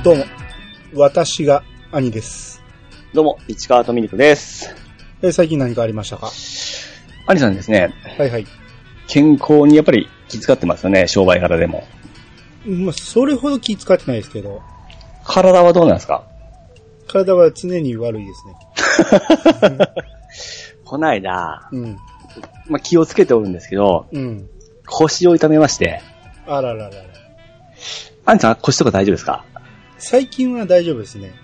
どうも、私が兄です。 どうも、市川とみりくです。 最近何かありましたか？ 兄さんですね。 はいはい。 健康にやっぱり気遣ってますよね、商売柄でも。 まあ、それほど気遣ってないですけど。 体はどうなんですか？ 体は常に悪いですね。 こないだ、まあ、気をつけておるんですけど、腰を痛めまして。 あらららら。 兄さん、腰とか大丈夫ですか？ 最近は大丈夫ですね。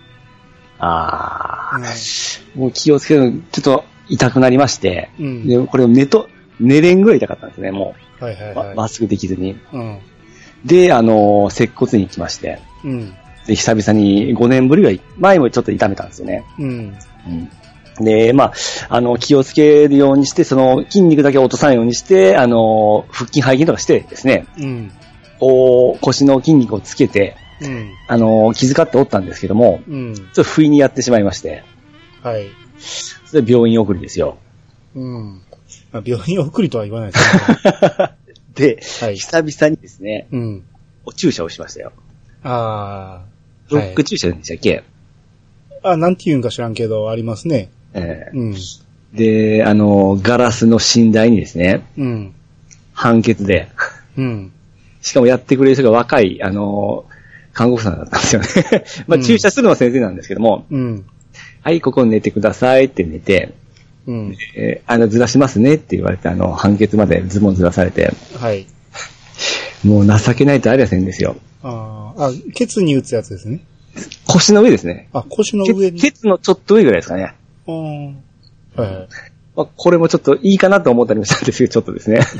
もう気をつけるの、ちょっと痛くなりまして、でこれを寝れんぐらい痛かったんですね、もう。はいはいはい。まっすぐできずに。で、接骨に行きまして、で久々に5年ぶりぐらい、前もちょっと痛めたんですよね。で、まあ、気をつけるようにして、その筋肉だけ落とさないようにして、腹筋背筋とかしてですね、こう、腰の筋肉をつけて、気遣っておったんですけども、ちょっと不意にやってしまいまして。はい。それで病院送りですよ。 まあ、病院送りとは言わないですね。で、久々にですね、お注射をしましたよ。ロック注射でしたっけ？ なんて言うんか知らんけど、ありますね。 で、ガラスの寝台にですね、判決で、しかもやってくれる人が若い、看護婦さんだったんですよね。まあ、注射するのは先生なんですけども、はい、ここ寝てくださいって寝て、ずらしますねって言われて、判決までズボンずらされて、はい。もう情けないとありゃせんですよ。 ケツに打つやつですね。 腰の上ですね。 腰の上に。 ケツのちょっと上ぐらいですかね。はい。まあ、これもちょっといいかなと思ったりもしたんですけど、ちょっとですね。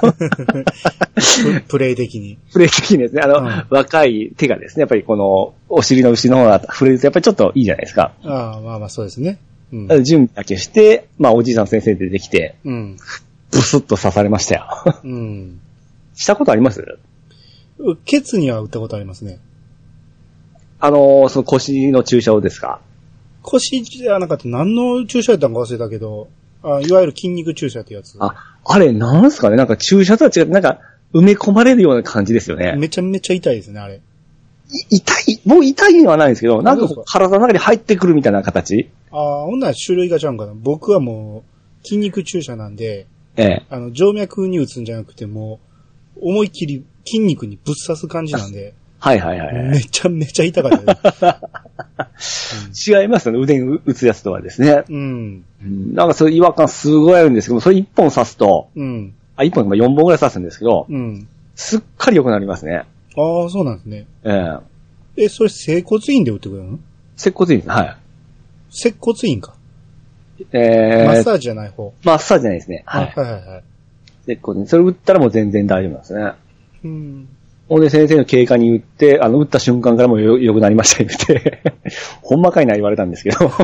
プレイ的に。 プレイ的にですね、若い手がですね、やっぱりこの、お尻の後ろの方が触れるとやっぱりちょっといいじゃないですか。 まあまあそうですね。 準備だけして、まあおじいさん先生出てきて、ブスッと刺されましたよ。したことあります？ ケツには打ったことありますね。 その腰の注射をですか？ 腰じゃなかった。何の注射やったんか忘れたけど、いわゆる筋肉注射ってやつ。 あれ、なんすかね？なんか注射とは違って、なんか、埋め込まれるような感じですよね。 めちゃめちゃ痛いですね、あれ。 もう痛いのはないんですけど、なんか体の中に入ってくるみたいな形。ほんなら種類がちゃうんかな。僕はもう、筋肉注射なんで、静脈に打つんじゃなくてもう、思いっきり筋肉にぶっ刺す感じなんで、 はいはいはい。 めちゃめちゃ痛かったです。 違いますよね、腕に打つやつとはですね。なんかそういう違和感すごいあるんですけど、それ1本刺すと、1本4本ぐらい刺すんですけど、すっかり良くなりますね。 そうなんですね。それ、整骨院で打ってくれるの？ 接骨院です、はい。 接骨院か。マッサージじゃない方。 マッサージじゃないですね。はい。はいはいはい。接骨院。それ打ったらもう全然大丈夫なんですね。ほんで先生の経過に打って、打った瞬間からもう良くなりました言って、ほんまかいな言われたんですけど。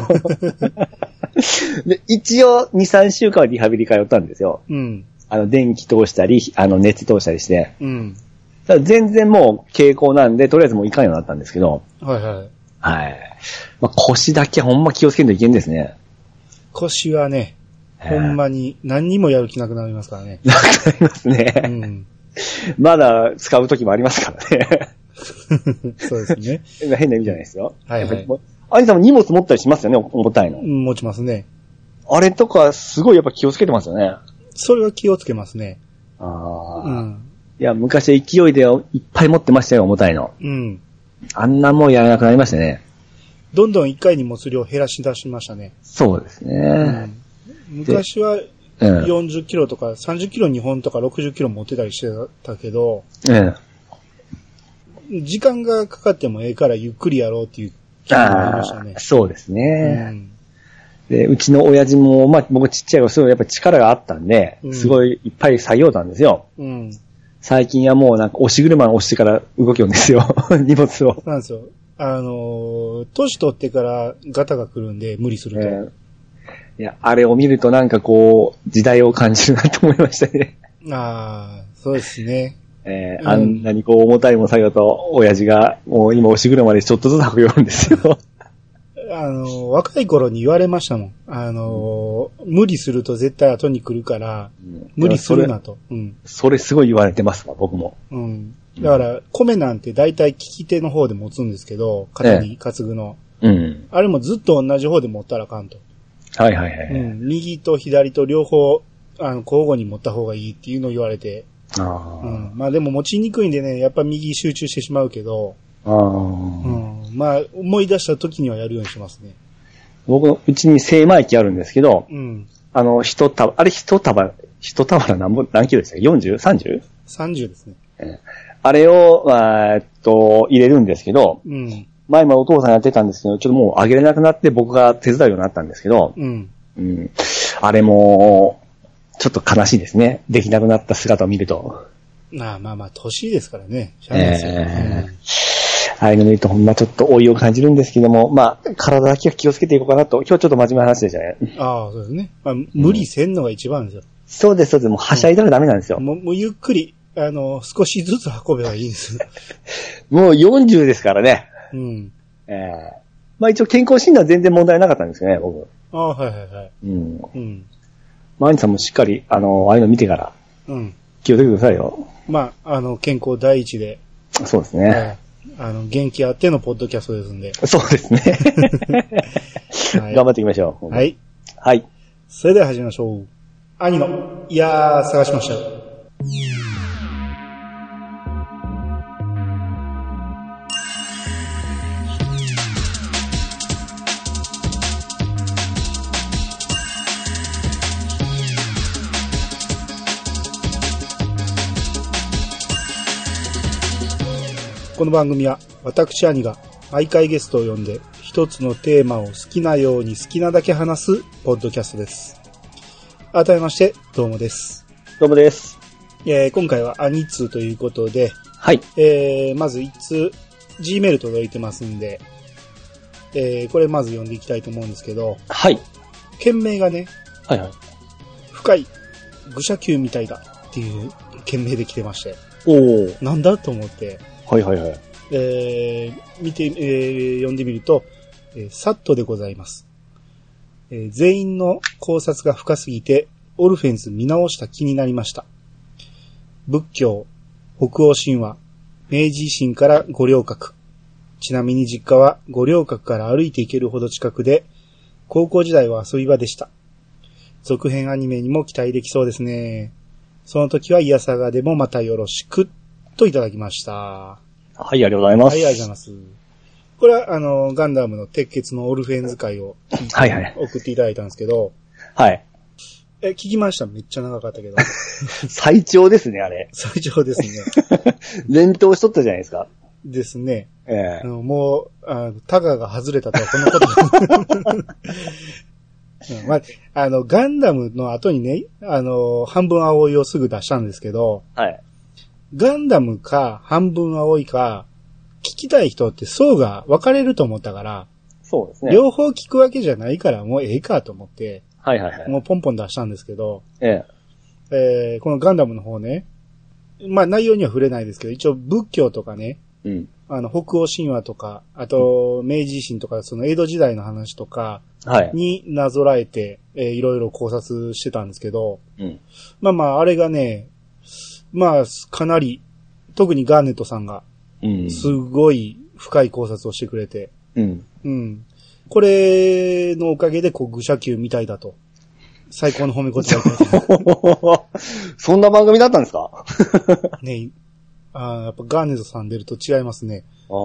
で、一応2、3週間はリハビリ通ったんですよ。電気通したり、熱通したりして。ただ全然もう傾向なんで、とりあえずもういかんようになったんですけど。はいはい。はい。まあ、腰だけほんま気をつけんといけんですね。 腰はね、ほんまに何にもやる気なくなりますからね。 なくなりますね。まだ使う時もありますからね。 そうですね。 変な意味じゃないですよ。 はいはい。 兄さんも荷物持ったりしますよね、重たいの。 持ちますね。 あれとかすごいやっぱ気をつけてますよね。 それは気をつけますね。 いや、昔勢いでいっぱい持ってましたよ、重たいの。あんなもんやらなくなりましたね。 どんどん一回に持つ量減らし出しましたね。 そうですね。 昔は40キロとか30キロ2本とか60キロ持ってたりしてたけど、時間がかかってもええからゆっくりやろうっていう気になりましたね。 そうですね。で、うちの親父も、まあ僕ちっちゃい頃すごいやっぱ力があったんで、すごいいっぱい作業たんですよ。最近はもうなんか押し車を押してから動きよんですよ。荷物を。 そうなんですよ。年取ってからガタが来るんで無理すると。 いや、あれを見るとなんかこう、時代を感じるなと思いましたね。 そうですね。 あんなにこう重たいもの作業と、親父がもう今押し車でちょっとずつ運びよるんですよ。 若い頃に言われましたもん。無理すると絶対後に来るから、無理するなと。 それすごい言われてますわ、僕も。 だから、米なんて大体利き手の方で持つんですけど、肩に担ぐの。 うん。 あれもずっと同じ方で持ったらあかんと。 はいはいはい。 うん。右と左と両方、交互に持った方がいいっていうのを言われて。 ああ。 うん。まあでも持ちにくいんでね、やっぱ右集中してしまうけど。 ああ。うん。 まあ、思い出した時にはやるようにしますね。 僕のうちに精米機あるんですけど、 うん。 一束何キロですか ?40?30? 30ですね。 あれを、入れるんですけど、 うん。 前もお父さんやってたんですけど、ちょっともうあげれなくなって僕が手伝うようになったんですけど、 うん。 うん。あれも、ちょっと悲しいですね。できなくなった姿を見ると。 まあ、年ですからね。 ああいうの見るとほんまちょっと老いを感じるんですけども、まあ、体だけは気をつけていこうかなと。今日ちょっと真面目な話でしたね。 ああ、そうですね。まあ、無理せんのが一番ですよ。 そうです。もうはしゃいだらダメなんですよ。 もうゆっくり、少しずつ運べばいいです。 もう40ですからね。 うん。 まあ一応健康診断全然問題なかったんですよね、僕。 ああ、はい。うん。 マーニさんもしっかり、ああいうの見てから、 うん。 気をつけてくださいよ。 まあ、健康第一で。 そうですね。 元気あってのポッドキャストですんで。 そうですね。はい、頑張っていきましょう。 はい。 はい。 それでは始めましょう。兄の、いやー、探しましたよ。この番組は私兄が毎回ゲストを呼んで一つのテーマを好きなように好きなだけ話すポッドキャストです。改めましてどうもです。 どうもです。 今回は兄通ということで、 はい。 まず一通 Gmail 届いてますんで、これまず読んでいきたいと思うんですけど、 はい。 件名がね、 はいはい。 深い愚者級みたいだっていう件名で来てまして、なんだと思って。 はい。読んでみると、サットでございます。全員の考察が深すぎて、オルフェンズ見直した気になりました。仏教、北欧神話、明治維新から五稜郭。ちなみに実家は五稜郭から歩いて行けるほど近くで、高校時代は遊び場でした。続編アニメにも期待できそうですね。その時はイヤサガでもまたよろしく。といただきました。 はい、ありがとうございます。 はい、ありがとうございます。これは、ガンダムの鉄血のオルフェンズ会を送っていただいたんですけど、 はい。 聞きました。めっちゃ長かったけど。 最長ですね、あれ。 最長ですね。 連投しとったじゃないですか。 ですね。もう、タガが外れたとはこのことガンダムの後にね、半分青いをすぐ出したんですけど、 はい。 ガンダムか半分青いか聞きたい人って層が分かれると思ったから、 そうですね。 両方聞くわけじゃないからもうええかと思って、 はい。 もうポンポン出したんですけど、このガンダムの方ね、まあ内容には触れないですけど、一応仏教とかね、北欧神話とか、あと明治維新とかその江戸時代の話とかになぞらえて、いろいろ考察してたんですけど、まああれがね、まあ、かなり、特にガーネットさんが、すごい深い考察をしてくれて、これのおかげで、愚者級みたいだと。最高の褒め言葉いそんな番組だったんですかねやっぱガーネットさん出ると違いますね。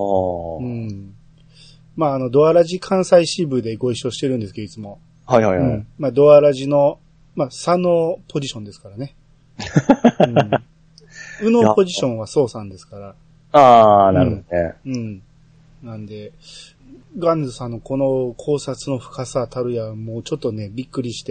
まあ、ドアラジ関西支部でご一緒してるんですけど、いつも。 はい。 まあ、ドアラジの、まあ、差のポジションですからね。のポジションはソウさんですから。 なるほどね。なんで、ガンズさんのこの考察の深さたるや、もうちょっとね、びっくりして。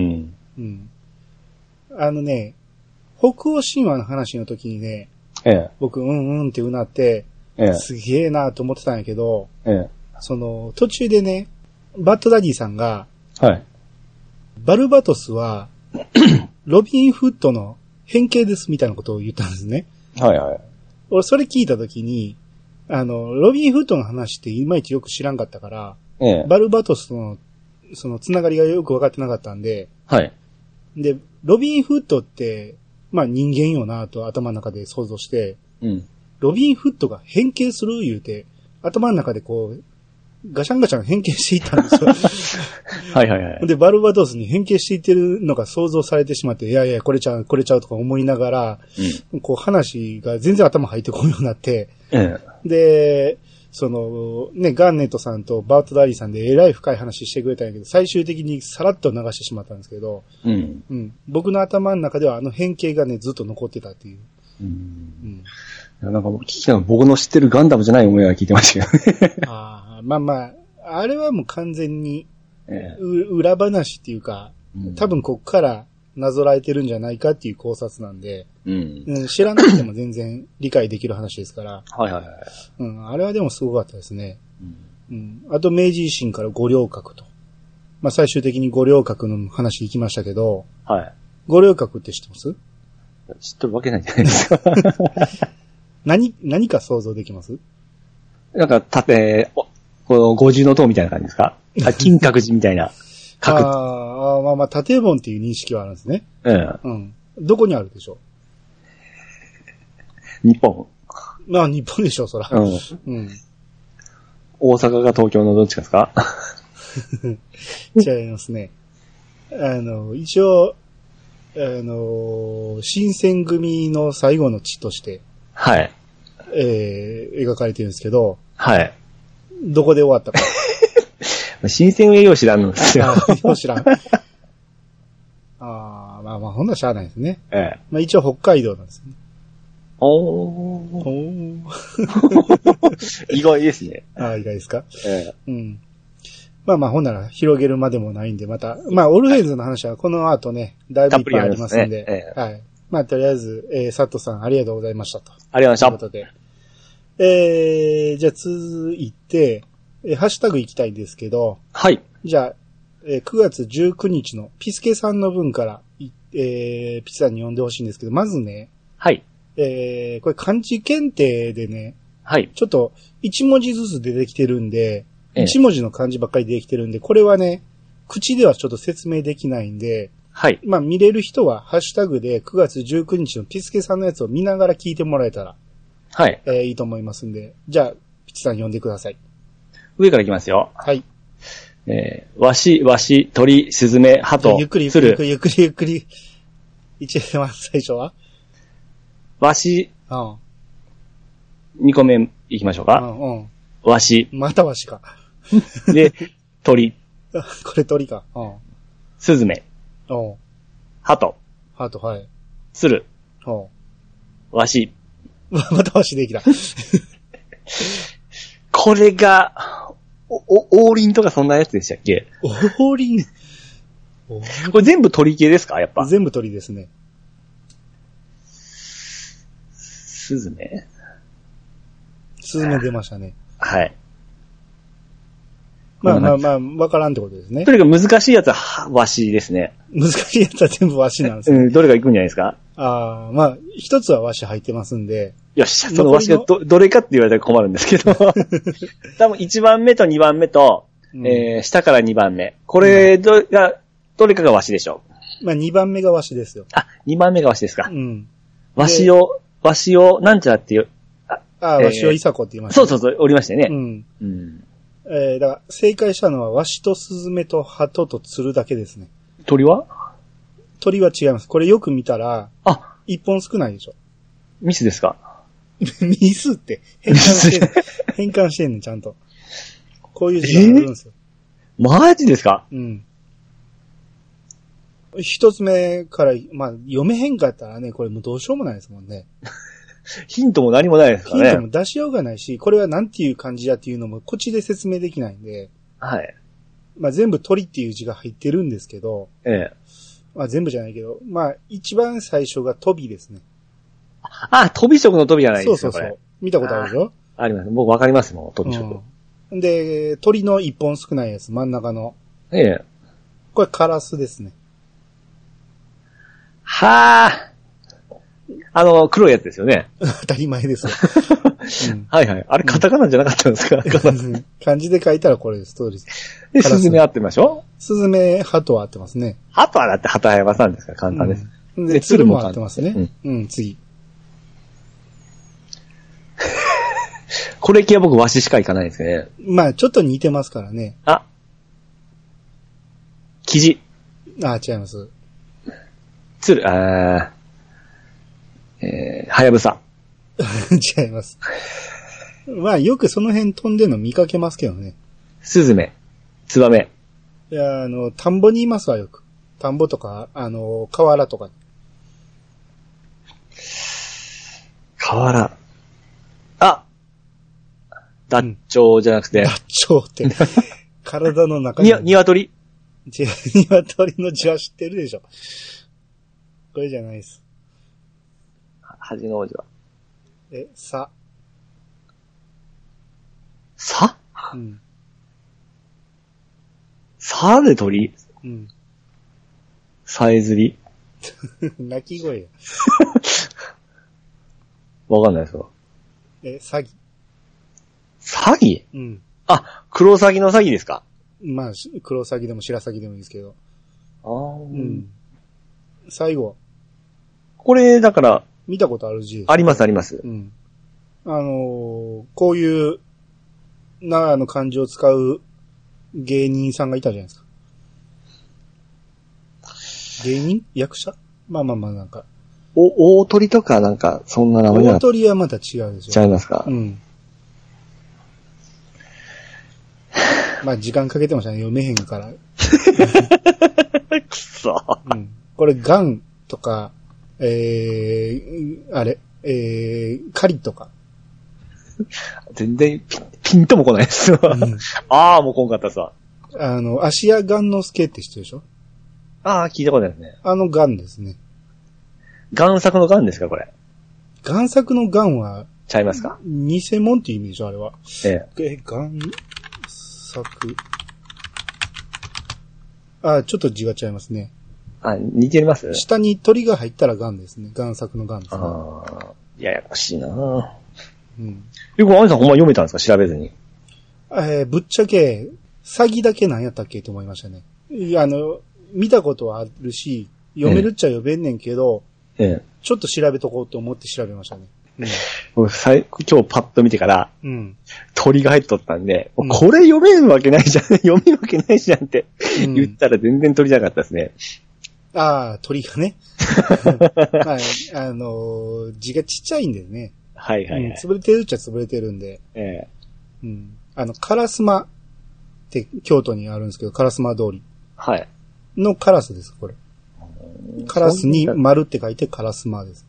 北欧神話の話の時にね、僕、ってうなって、すげえなと思ってたんやけど、途中でね、バッドダディさんが、バルバトスは、ロビンフッドの変形ですみたいなことを言ったんですね。俺それ聞いたときに、ロビンフッドの話っていまいちよく知らんかったから、バルバトスとのそのつながりがよく分かってなかったんで、で、ロビンフッドって、まあ人間よなと頭の中で想像して、 ロビン・フットが変形する言うて、頭の中でこう、ガシャンガシャン変形していったんですよ。 はいはいはい。 で、バルバドスに変形していってるのが想像されてしまって、いやいや、これちゃうとか思いながら、こう話が全然頭入ってこんようになって、で、その、ね、ガーネットさんとバート・ダーリーさんでえらい深い話してくれたんやけど、最終的にさらっと流してしまったんですけど、僕の頭の中ではあの変形がね、ずっと残ってたっていう。 なんか僕の知ってるガンダムじゃない思いが聞いてましたけどね。 まあまあ、あれはもう完全に、裏話っていうか、多分こっからなぞらえてるんじゃないかっていう考察なんで、知らなくても全然理解できる話ですから、あれはでもすごかったですね。あと明治維新から五稜郭と。まあ最終的に五稜郭の話行きましたけど、五稜郭って知ってます？ 知っとるわけないじゃないですか。 何か想像できます？ なんかこの五重塔みたいな感じですか？金閣寺みたいな。 まあ、建物っていう認識はあるんですね。どこにあるでしょう？日本。 まあ、日本でしょう、そら。 大阪が東京のどっちかですか？ 違いますね。一応、新選組の最後の地として、描かれてるんですけど、どこで終わったか。 新選組よう知らんのですよ。 よう知らん。まあ、ほんならしゃあないですね。まあ一応北海道なんですね。 意外ですね。 意外ですか？まあ、ほんなら広げるまでもないんで、また、まあ、オルフェンズの話はこの後ね、だいぶいっぱいありますんで、まあ、とりあえず、佐藤さんありがとうございましたと。 ありがとうございました。 ということで、じゃあ続いて、ハッシュタグ行きたいんですけど、じゃあ、9月19日のピスケさんの分から、ピスさんに読んでほしいんですけど、まずね、これ漢字検定でね、ちょっと1文字ずつ出てきてるんで、1文字の漢字ばっかり出てきてるんで、これはね、口ではちょっと説明できないんで、まあ見れる人はハッシュタグで9月19日のピスケさんのやつを見ながら聞いてもらえたら、いいと思いますんで、じゃあ、ピチさん読んでください。 上からいきますよ。わし、鳥、スズメ、ハト、 ゆっくり。一番最初はわし、2個目いきましょうか。わし。 またわしか。 で、鳥。 これ鳥か。 スズメ。ハト。鶴。わし。 またわしできた。 これが、王林とかそんなやつでしたっけ？ 王林。 これ全部鳥系ですか？やっぱ。 全部鳥ですね。 スズメ出ましたね。まあ、わからんってことですね。 とにかく難しいやつはわしですね。 難しいやつは全部わしなんですね。 どれがいくんじゃないですか？ まあ、一つはわし入ってますんで。 よし、そのわしがどれかって言われたら困るんですけど。多分1番目と2番目と、下から2番目。これどれかがわしでしょう。 まあ2番目がわしですよ。 2番目がわしですか。わしを、なんちゃらっていう。 わしをいさこって言いましたね。そう、おりましたよね。 だから、正解したのは、わしとスズメとハトと鶴だけですね。 鳥は違います。これよく見たら、一本少ないでしょ。 ミスですか？ ミスって、変換してんねん、ちゃんと。こういう字があるんですよ。 マジですか？ 一つ目から、まあ、読めへんかったらね、これもうどうしようもないですもんね。 ヒントも何もないですからね。 ヒントも出しようがないし、これはなんていう漢字やっていうのもこっちで説明できないんで。まあ全部鳥っていう字が入ってるんですけど。まあ全部じゃないけど、まあ一番最初が飛びですね。 飛び色の飛びじゃないですか。 そう。見たことあるでしょ？ あります。僕わかりますもん、飛び色。 で、鳥の一本少ないやつ、真ん中の。これカラスですね。 黒いやつですよね。 当たり前ですよ。 あれカタカナじゃなかったんですか？ 漢字で書いたらこれです。通りです。 で、スズメ合ってみましょう？ スズメ、ハトは合ってますね。 ハトはだって畑山さんですから簡単です。 で、鶴も合ってますね。次。 これ系は僕和紙しかいかないですね。 まあ、ちょっと似てますからね。 あ。生地。 あ、違います。 鶴、はやぶさ。 違います。まあ、よくその辺飛んでるの見かけますけどね。 スズメ。ツバメ。 いや、田んぼにいますわ、よく。田んぼとか、河原とか。 河原。あ、ダッチョウじゃなくて。 ダッチョウって。体の中に。 鶏違う、鶏の字は知ってるでしょ。これじゃないです。 恥の王子は。 さ。 さ？ うん。 さで鳥？ うん。 さえずり？ 鳴き声や。 わかんないですよ。 詐欺。 詐欺？ うん。 あ、クロサギの詐欺ですか？ まあ、クロサギでもシラサギでもいいですけど。うん。最後。 これ、だから。 見たことある字です、ね。 あります、あります。 うん。こういう、漢字を使う芸人さんがいたじゃないですか。芸人？役者？まあなんか。 大鳥とかなんか、そんな名前大鳥はまた違うでしょ。 違いますか？ うん。まあ時間かけてましたね。読めへんから。 くそ。 うん。これ、ガンとか、カリとか。 全然ピンとも来ないですよ。うん、ああ、もう来んかったさ。 芦屋雁之助って知ってるでしょ？ ああ、聞いたことないですね。 ガンですね。 贋作の贋ですか、これ。 贋作の贋は、 ちゃいますか？ 偽物っていう意味でしょ、あれは。贋作。ちょっと字が違いますね。 似てます？ 下に鳥が入ったら贋ですね。贋作の贋ですね。 ややこしいなぁ。うん。これ、アニさんほんま読めたんですか？調べずに。 ぶっちゃけ、詐欺だけなんやったっけと思いましたね。見たことはあるし、読めるっちゃ読めんねんけど、ちょっと調べとこうと思って調べましたね。 うん、今日パッと見てから、 うん、 鳥が入っとったんで、これ読めるわけないじゃん、読めるわけないじゃんって言ったら全然鳥じゃなかったですね。 鳥がね。まあ、字がちっちゃいんでね。 はいはいはい。 潰れてるっちゃ潰れてるんで。うん。烏丸って京都にあるんですけど、烏丸通り。 はい。 のカラスです、これ。カラスに丸って書いて烏丸です。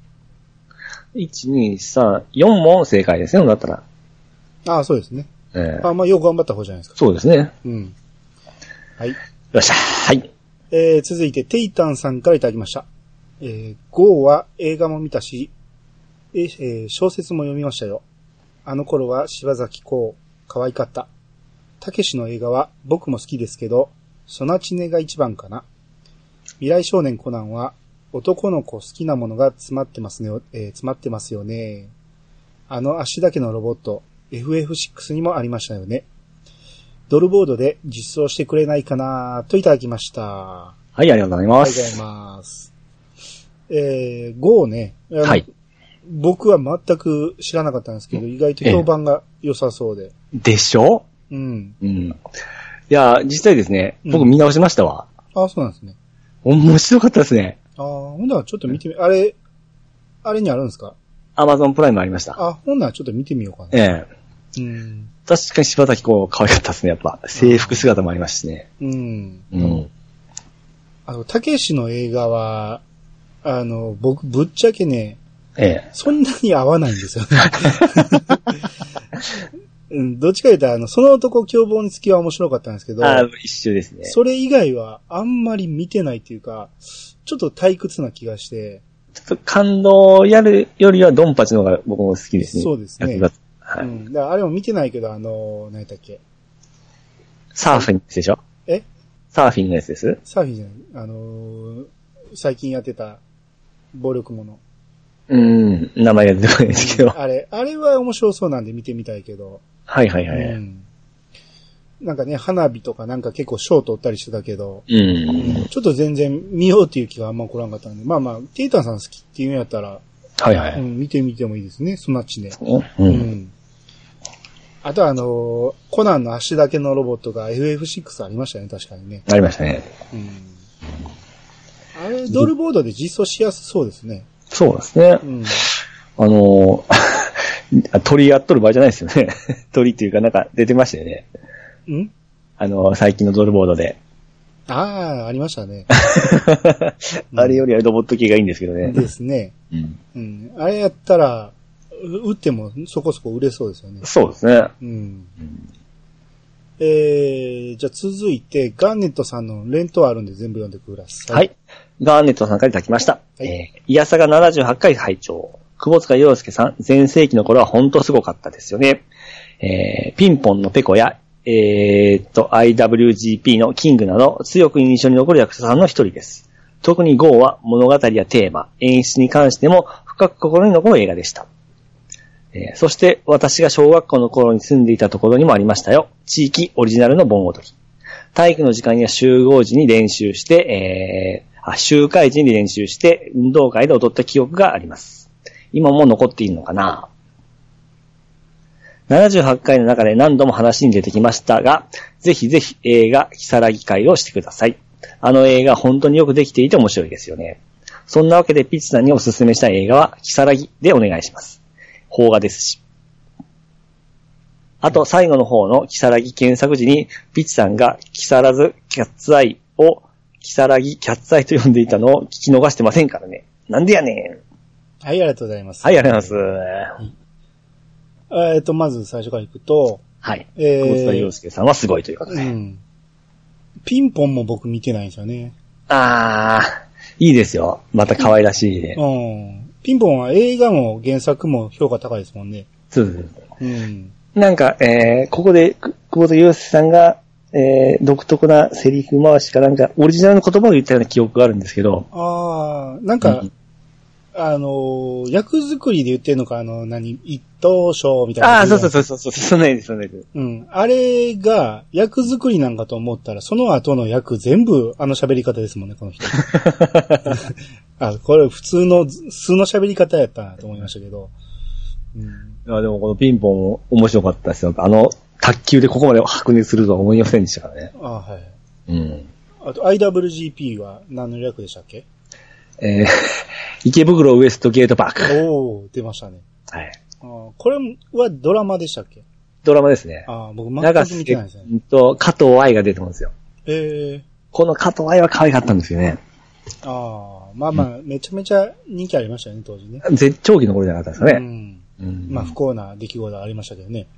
1、2、3、4問正解ですよ、だったら。 そうですね。まあ、よく頑張った方じゃないですか。 そうですね。 うん。はい。よっしゃ、はい。 続いて、テイタンさんからいただきました。ゴーは映画も見たし、小説も読みましたよ。あの頃は柴咲コウ、可愛かった。たけしの映画は僕も好きですけど、ソナチネが一番かな。未来少年コナンは男の子好きなものが詰まってますよね。足だけのロボット、FF6 にもありましたよね。ドルボードで実装してくれないかなといただきました。 はい、ありがとうございます。 ありがとうございます。GO ね。 はい。 僕は全く知らなかったんですけど、意外と評判が良さそうで。 でしょ？うん。うん。いや、実際ですね、僕見直しましたわ。 そうなんですね。 面白かったですね。 ほんならちょっと見てみ、あれにあるんですか ？Amazon プライムありました。 ほんならちょっと見てみようかな。 確かに柴咲コウ可愛かったですね、やっぱ。制服姿もありますしね。 たけしの映画は、僕、ぶっちゃけね、そんなに合わないんですよね。どっちか言ったら、その男凶暴につきは面白かったんですけど。 一緒ですね。 それ以外はあんまり見てないっていうか、ちょっと退屈な気がして。 ちょっと感動やるよりはドンパチの方が僕も好きですね。 そうですね。はい。だからあれも見てないけど、何やったっけ。 サーフィンでしょ？サーフィンのやつです？ サーフィンじゃない。最近やってた暴力もの。 名前が出てこないですけど。 あれは面白そうなんで見てみたいけど。 はいはいはい。 なんかね、花火とかなんか結構賞取ったりしてたけど、ちょっと全然見ようっていう気があんま来なかったんで、まあまあ、テイタンさん好きっていうんやったら、 はいはい。 見てみてもいいですね、そんなっちね。 あとコナンの足だけのロボットが FF6 ありましたね、確かにね。 ありましたね。 あれ、ドルボードで実装しやすそうですね。 そうですね。鳥やっとる場合じゃないですよね。鳥っていうかなんか出てましたよね。最近のドルボードで。 ありましたね。 あれよりはロボット系がいいんですけどね。 ですね。あれやったら、売ってもそこそこ売れそうですよね。 そうですね。 じゃあ続いて、ガーネットさんの連投あるんで全部読んでください。 はい。ガーネットさんからいただきました。イヤサが78回拝聴。久保塚洋介さん、前世紀の頃は本当すごかったですよね。ピンポンのペコや、IWGP のキングなど強く印象に残る役者さんの一人です。特にGOは物語やテーマ、演出に関しても深く心に残る映画でした。そして私が小学校の頃に住んでいたところにもありましたよ。地域オリジナルの盆踊り。体育の時間や集合時に練習して、集会時に練習して運動会で踊った記憶があります。今も残っているのかな。78回の中で何度も話に出てきましたが、ぜひぜひ映画キサラギ会をしてください。あの映画本当によくできていて面白いですよね。そんなわけでピッチさんにおすすめしたい映画はキサラギでお願いします。邦画ですし。あと最後の方のキサラギ検索時にピッチさんがキサラズキャッツアイをキサラギキャッツアイと呼んでいたのを聞き逃してませんからね。なんでやねん。 はい、ありがとうございます。 はい、ありがとうございます。まず最初からいくと、 はい。久保塚洋介さんはすごいということで。 ピンポンも僕見てないんですよね。 いいですよ。また可愛らしいで。 ピンポンは映画も原作も評価高いですもんね。 そうです。なんか、ここで、久保塚洋介さんが、独特なセリフ回しかなんか、オリジナルの言葉を言ったような記憶があるんですけど。 なんか、役作りで言ってるのか、一等賞みたいな。 そう、そんなにです、そんなにです。 あれが、役作りなんかと思ったら、その後の役全部喋り方ですもんね、この人。これ普通の喋り方やったなと思いましたけど。 でもこのピンポンも面白かったですよ。卓球でここまで白熱するとは思いませんでしたからね。 はい。あと IWGP は何の略でしたっけ？ 池袋ウエストゲートパーク。 出ましたね。 はい。 これはドラマでしたっけ？ ドラマですね。 僕全く見てないですね。 加藤愛が出てますよ。この加藤愛は可愛かったんですよね。 めちゃめちゃ人気ありましたよね、当時ね。 絶頂期の頃じゃなかったですかね。 不幸な出来事ありましたけどね。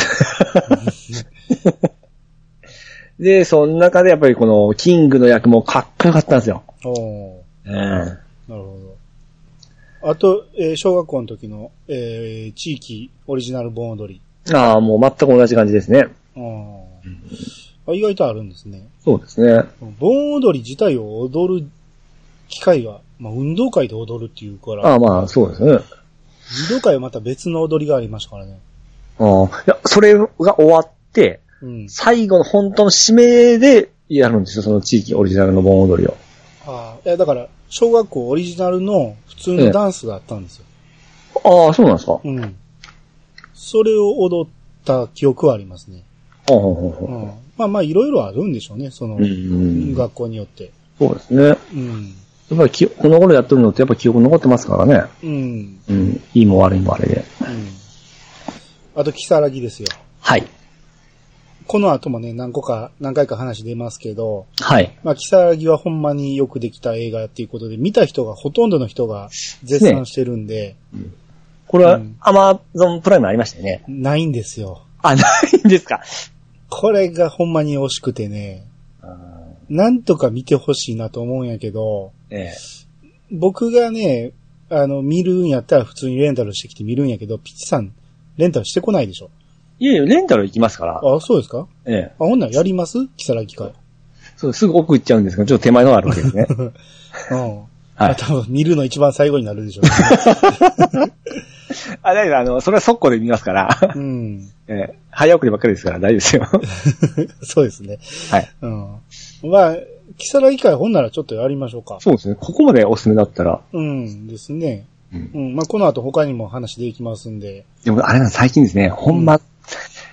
で、その中でやっぱりこのキングの役もかっこよかったんですよ。 なるほど。あと、小学校の時の、地域オリジナル盆踊り。 もう全く同じ感じですね。 意外とあるんですね。 そうですね。 盆踊り自体を踊る機会が、運動会で踊るっていうから。 そうですね。 運動会はまた別の踊りがありましたからね。 それが終わって、最後の本当の締めでやるんですよ、その地域オリジナルの盆踊りを。 だから、小学校オリジナルの普通のダンスがあったんですよ。 そうなんですか？ それを踊った記憶はありますね。いろいろあるんでしょうね、その、学校によって。 そうですね。やっぱりこの頃やってるのってやっぱ記憶残ってますからね。いいも悪いもあれで。 あと、キサラギですよ。 はい。 この後もね、何回か話出ますけど、 はい。 キサラギはほんまによくできた映画っていうことで、見た人が、ほとんどの人が絶賛してるんで。 これは、アマゾンプライムありましたよね。 ないんですよ。 ないんですか。これがほんまに惜しくてね、なんとか見てほしいなと思うんやけど、僕がね、見るんやったら普通にレンタルしてきて見るんやけど、ピッチさん、レンタルしてこないでしょ？ いやいや、レンタル行きますから。 そうですか？ほんならやります？キサラギ会。 そう、すぐ奥行っちゃうんですけど、ちょっと手前のがあるわけですね。 多分見るの一番最後になるでしょうね。 だけど、それは速攻で見ますから。早送りばっかりですから大丈夫ですよ。 そうですね。 はい。 キサラギ会ほんならちょっとやりましょうか。 そうですね。ここまでおすすめだったら。 ですね。この後他にも話できますんで。 でも、最近ですね、ほんま、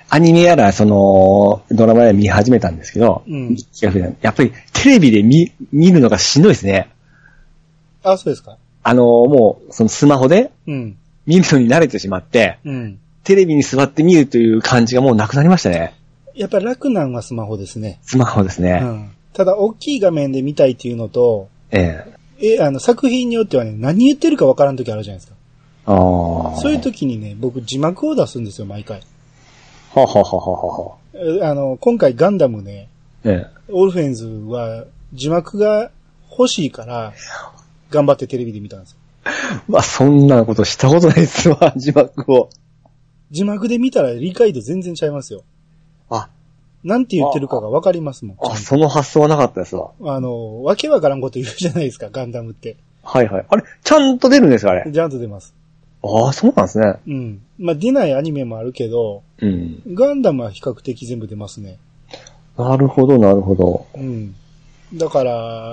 アニメやら、ドラマやら見始めたんですけど、やっぱりテレビで見るのがしんどいですね。 あ、そうですか。 もう、スマホで、見るのに慣れてしまって、テレビに座って見るという感じがもうなくなりましたね。 やっぱり楽なのはスマホですね。 スマホですね。 ただ、大きい画面で見たいっていうのと、作品によってはね、何言ってるかわからん時あるじゃないですか。そういう時にね、僕字幕を出すんですよ、毎回。今回ガンダムね、オルフェンズは字幕が欲しいから、頑張ってテレビで見たんですよ。 まあ、そんなことしたことないですわ、字幕を。 字幕で見たら理解度全然ちゃいますよ。なんて言ってるかがわかりますもん。 その発想はなかったですわ。 わけわからんこと言うじゃないですか、ガンダムって。 はいはい。あれ、ちゃんと出るんですか、あれ。 ちゃんと出ます。 そうなんですね。 まあ、出ないアニメもあるけど、ガンダムは比較的全部出ますね。 なるほど、なるほど。 だから、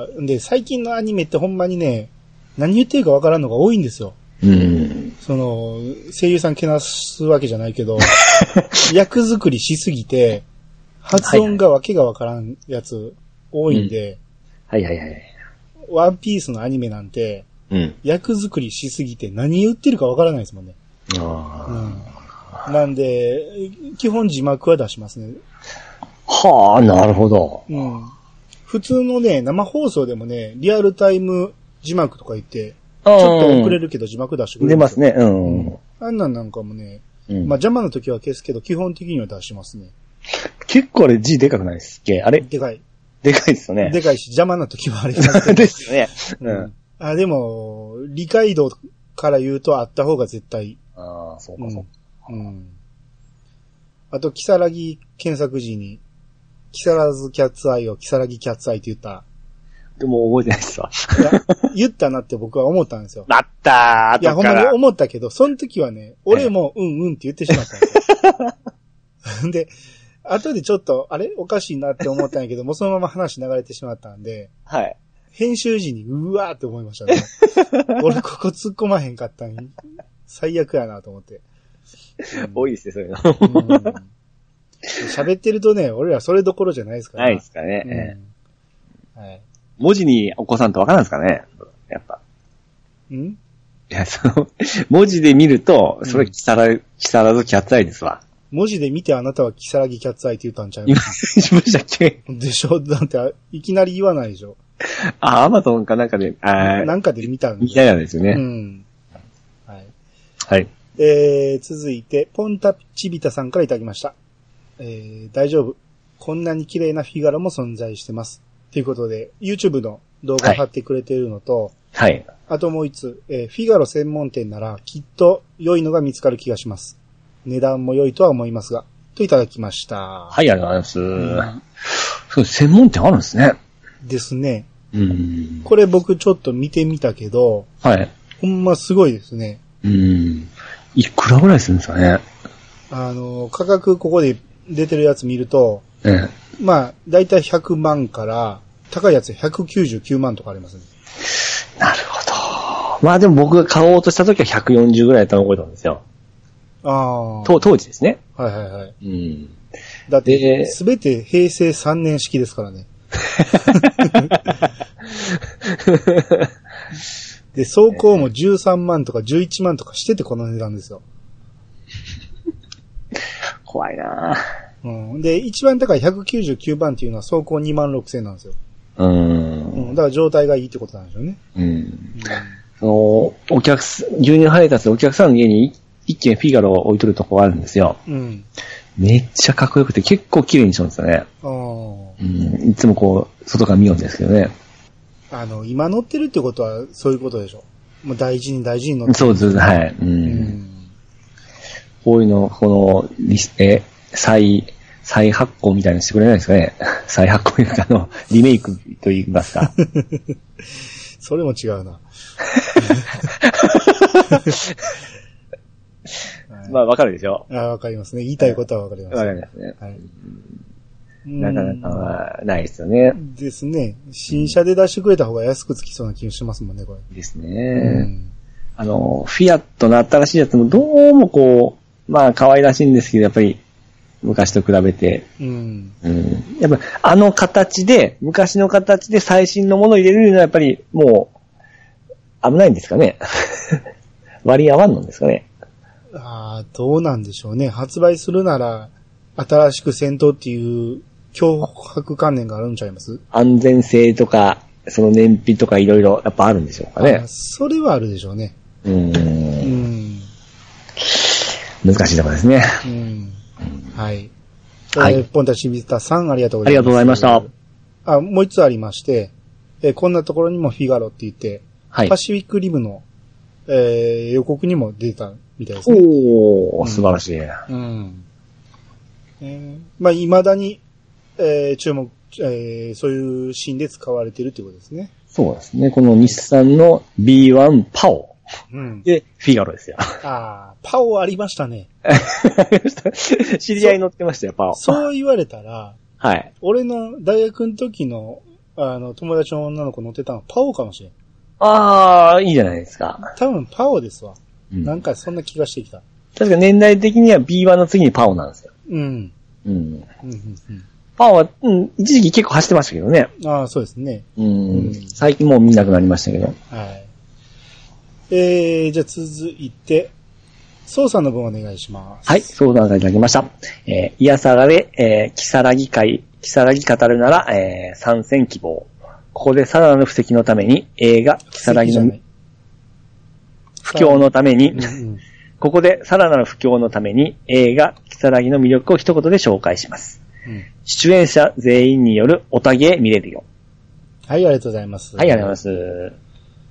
最近のアニメってほんまにね、何言ってるかわからんのが多いんですよ。声優さんけなすわけじゃないけど、役作りしすぎて、発音がわけがわからんやつ多いんで、ワンピースのアニメなんて、役作りしすぎて何言ってるかわからないですもんね。なんで、基本字幕は出しますね。 なるほど。 普通のね、生放送でもね、リアルタイム字幕とか言って、ちょっと遅れるけど字幕出してくれる。 出ますね。 あんなんかもね、まあ邪魔な時は消すけど、基本的には出しますね。 結構あれ字でかくないですっけ？あれ？ でかい。 でかいですよね。 でかいし、邪魔な時はありますけど。 ですよね。 でも、理解度から言うとあった方が絶対。 そうかそうか。 あと、キサラギ検索時に、キサラズキャッツアイをキサラギキャッツアイって言った。 でも覚えてないっすわ。 言ったなって僕は思ったんですよ。 なったー。 いや、ほんまに思ったけど、その時はね、俺もって言ってしまったんですよ。で、後でちょっと、あれおかしいなって思ったんやけど、もうそのまま話流れてしまったんで、編集時にうわーって思いましたね。俺ここ突っ込まへんかったんに、最悪やなと思って。 多いですね、そういうの。 喋ってるとね、俺らそれどころじゃないですからないですかね。文字にお子さんとわからんですかねやっぱ。いや、文字で見ると、それ、キサラズキャッツアイですわ。 文字で見てあなたはキサラギキャッツアイって言ったんちゃいます？ 言いましたっけ？ でしょ？だって、いきなり言わないでしょ。 アマゾンかなんかで、 なんかで見たんです。見たんですよね。 はい。続いて、ポンタチビタさんからいただきました。大丈夫。こんなに綺麗なフィガロも存在してます。ということで、YouTube の動画を貼ってくれているのと、あともう一つ、フィガロ専門店ならきっと良いのが見つかる気がします。値段も良いとは思いますが、といただきました。 ありがとうございます。専門店あるんですね。 ですね。これ僕ちょっと見てみたけど、ほんますごいですね。 いくらぐらいするんですかね。 価格ここで出てるやつ見ると、まあ、だいたい100万から、高いやつ199万とかありますね。 なるほど。まあでも僕が買おうとした時は140ぐらいだったの覚えたんですよ。当時ですね。だって、すべて平成3年式ですからね。 で、走行も13万とか11万とかしててこの値段ですよ。 怖いなぁ。で、一番高い199番っていうのは走行2万6千なんですよ。だから状態がいいってことなんでしょうね。 牛乳配達でお客さんの家に一軒フィガロを置いとるとこがあるんですよ。めっちゃかっこよくて結構綺麗にしますよね。いつもこう、外から見ようんですけどね。 今乗ってるってことはそういうことでしょ。もう大事に乗ってる。 そうです、はい。こういうの、この、再発行みたいなのしてくれないですかね。再発行いうリメイクと言いますか。 それも違うな。 まあ、わかるでしょ？ わかりますね。言いたいことはわかります。 わかりますね。なかなかないですよね。 ですね。新車で出してくれた方が安くつきそうな気がしますもんね、これ。 ですね。フィアットの新しいやつもどうもこう、まあ可愛らしいんですけど、やっぱり昔と比べて。うん。うん。やっぱ、形で、昔の形で最新のものを入れるのはやっぱり、もう、危ないんですかね。割り合わんのですかね。 どうなんでしょうね。発売するなら、新しく戦闘っていう脅迫観念があるんちゃいます？ 安全性とか、その燃費とかいろいろやっぱあるんでしょうかね。 それはあるでしょうね。 難しいところですね。 はい。はい。ポンタチビスタさんありがとうございます。 ありがとうございました。 もう一つありまして、こんなところにもフィガロって言って、はい、パシフィックリムの、予告にも出たみたいですね。 おー、素晴らしい。 まあ、未だに、注目、そういうシーンで使われているということですね。 そうですね。この日産の B1 パオ。で、フィガロですよ。 パオありましたね。 知り合い乗ってましたよ、パオ。 そう言われたら、 はい。 俺の大学の時の、友達の女の子乗ってたのはパオかもしれん。 いいじゃないですか。 多分パオですわ。なんかそんな気がしてきた。 確か年代的には B1 の次にパオなんですよ。パオは、一時期結構走ってましたけどね。 そうですね。 最近もう見なくなりましたけど。 はい。じゃあ続いて、ソウさんの分お願いします。 はい、相談いただきました。いやさがで、キサラギ語るなら、参戦希望。ここでさらなる布石のために、映画、キサラギの、布教のために、ここでさらなる布教のために、映画、キサラギの魅力を一言で紹介します。出演者全員によるオタゲー見れるよ。 はい、ありがとうございます。 はい、ありがとうございます。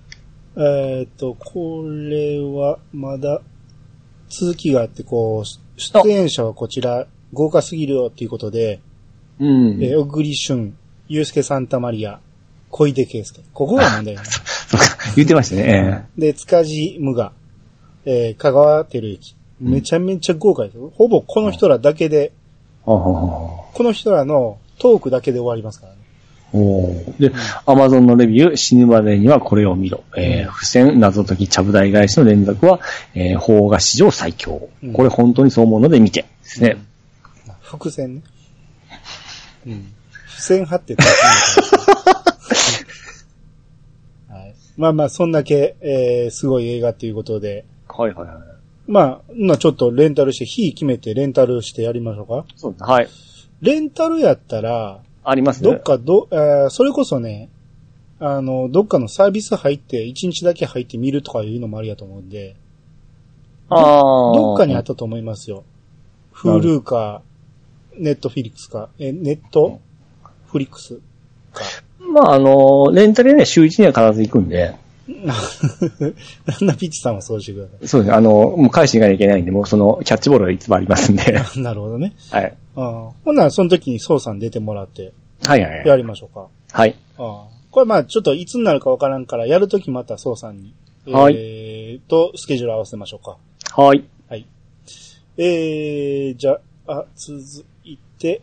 これは、まだ、続きがあって、出演者はこちら、豪華すぎるよっていうことで、小栗旬、ユースケ・サンタマリア、小出圭介。ここが問題ね。 そうか、言ってましたね。 で、塚地無我、香川照之。めちゃめちゃ豪華ですよ。ほぼこの人らだけで、この人らのトークだけで終わりますからね。 で、Amazon のレビュー、死ぬまでにはこれを見ろ。付箋、謎解き、ちゃぶ台返しの連続は、邦画史上最強。これ本当にそう思うので見て。ですね。 伏線ね。付箋貼ってた。はい。まあ、そんだけ、すごい映画っていうことで。 はいはいはい。 まあ、ちょっとレンタルして、日決めてレンタルしてやりましょうか。 そうです。はい。 レンタルやったら、 ありますね。 それこそね、どっかのサービス入って、1日だけ入って見るとかいうのもありやと思うんで、どっかにあったと思いますよ。Hulu か、ネットフィリックスか、ネットフリックスか。 まあ、レンタルでね、週1には必ず行くんで。 あんなピッチさんはそうしてください。 そうです。もう返しに行かなきゃいけないんで、もうキャッチボールはいつもありますんで。 なるほどね。 はい。 ほんならその時にソウさん出てもらって。 はいはい。 やりましょうか。 はい。 これまあちょっといつになるかわからんから、やる時またソウさんに。 はい。 スケジュール合わせましょうか。 はい。 はい。じゃあ、続いて、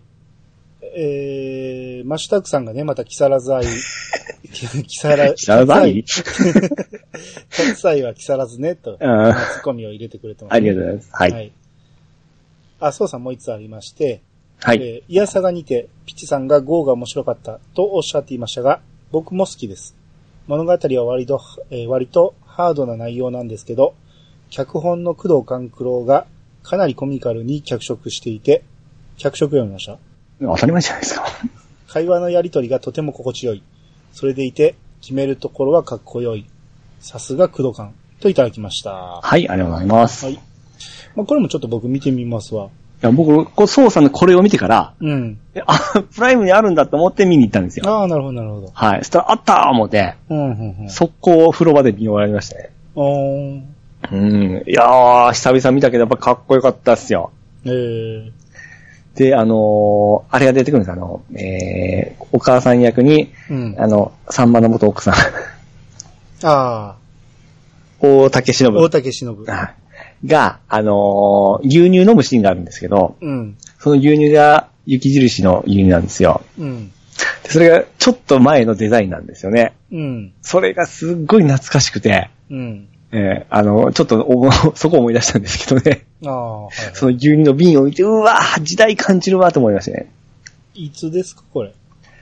マシュタクさんがね、また木更津愛、木更津愛100歳は木更津ね、と、ツッコミを入れてくれてます、ね。 ありがとうございます。はい。 はい。ソウさんもう一つありまして、 はい。 イヤサガにて、ピッチさんがゴーが面白かったとおっしゃっていましたが、僕も好きです。物語は割とハードな内容なんですけど、脚本の工藤官九郎がかなりコミカルに脚色していて、脚色読みました？ 当たり前じゃないですか。 会話のやりとりがとても心地よい。それでいて、決めるところはかっこよい。さすが工藤官といただきました。 はい、ありがとうございます。 はい。まあ、これもちょっと僕見てみますわ。 いや、僕、ソウさんのこれを見てから、プライムにあるんだと思って見に行ったんですよ。 なるほど、なるほど。 はい。そしたら、あったー思って、速攻風呂場で見終わりましたね。いやー、久々見たけど、やっぱかっこよかったっすよ。で、あれが出てくるんです、お母さん役に、サンマの元奥さん。大竹しのぶ。 大竹しのぶ。 が、牛乳飲むシーンがあるんですけど、その牛乳が雪印の牛乳なんですよ。でそれがちょっと前のデザインなんですよね。それがすっごい懐かしくて、ちょっとそこを思い出したんですけどね。 はい、 その牛乳の瓶を見て、うわぁ、時代感じるわと思いましたね。 いつですか、これ。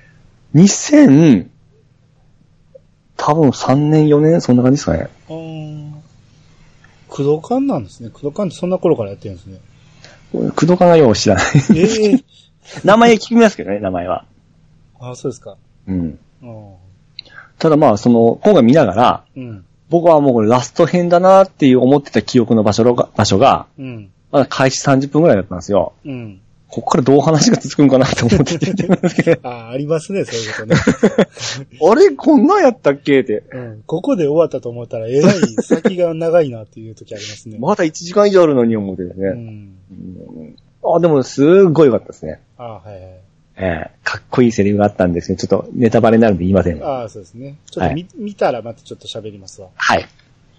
多分3年、4年、そんな感じですかね。 クドカンなんですね。クドカンってそんな頃からやってるんですね。 クドカンがよう知らない。名前聞きますけどね、名前は。 ああ、そうですか。 うん。ただまあ、今回見ながら、僕はもうこれラスト編だなっていう思ってた記憶の場所が、まだ開始30分ぐらいだったんですよ。ここからどう話が続くんかなと思ってて。 ありますね、そういうことね。 あれこんなんやったっけって、 ここで終わったと思ったら、えらい先が長いなっていう時ありますね。 まだ1時間以上あるのに思ってね。でも、すっごい良かったですね。かっこいいセリフがあったんですけど、ちょっとネタバレになるんで言いません。 そうですね。ちょっと見たらまたちょっと喋りますわ。 はい。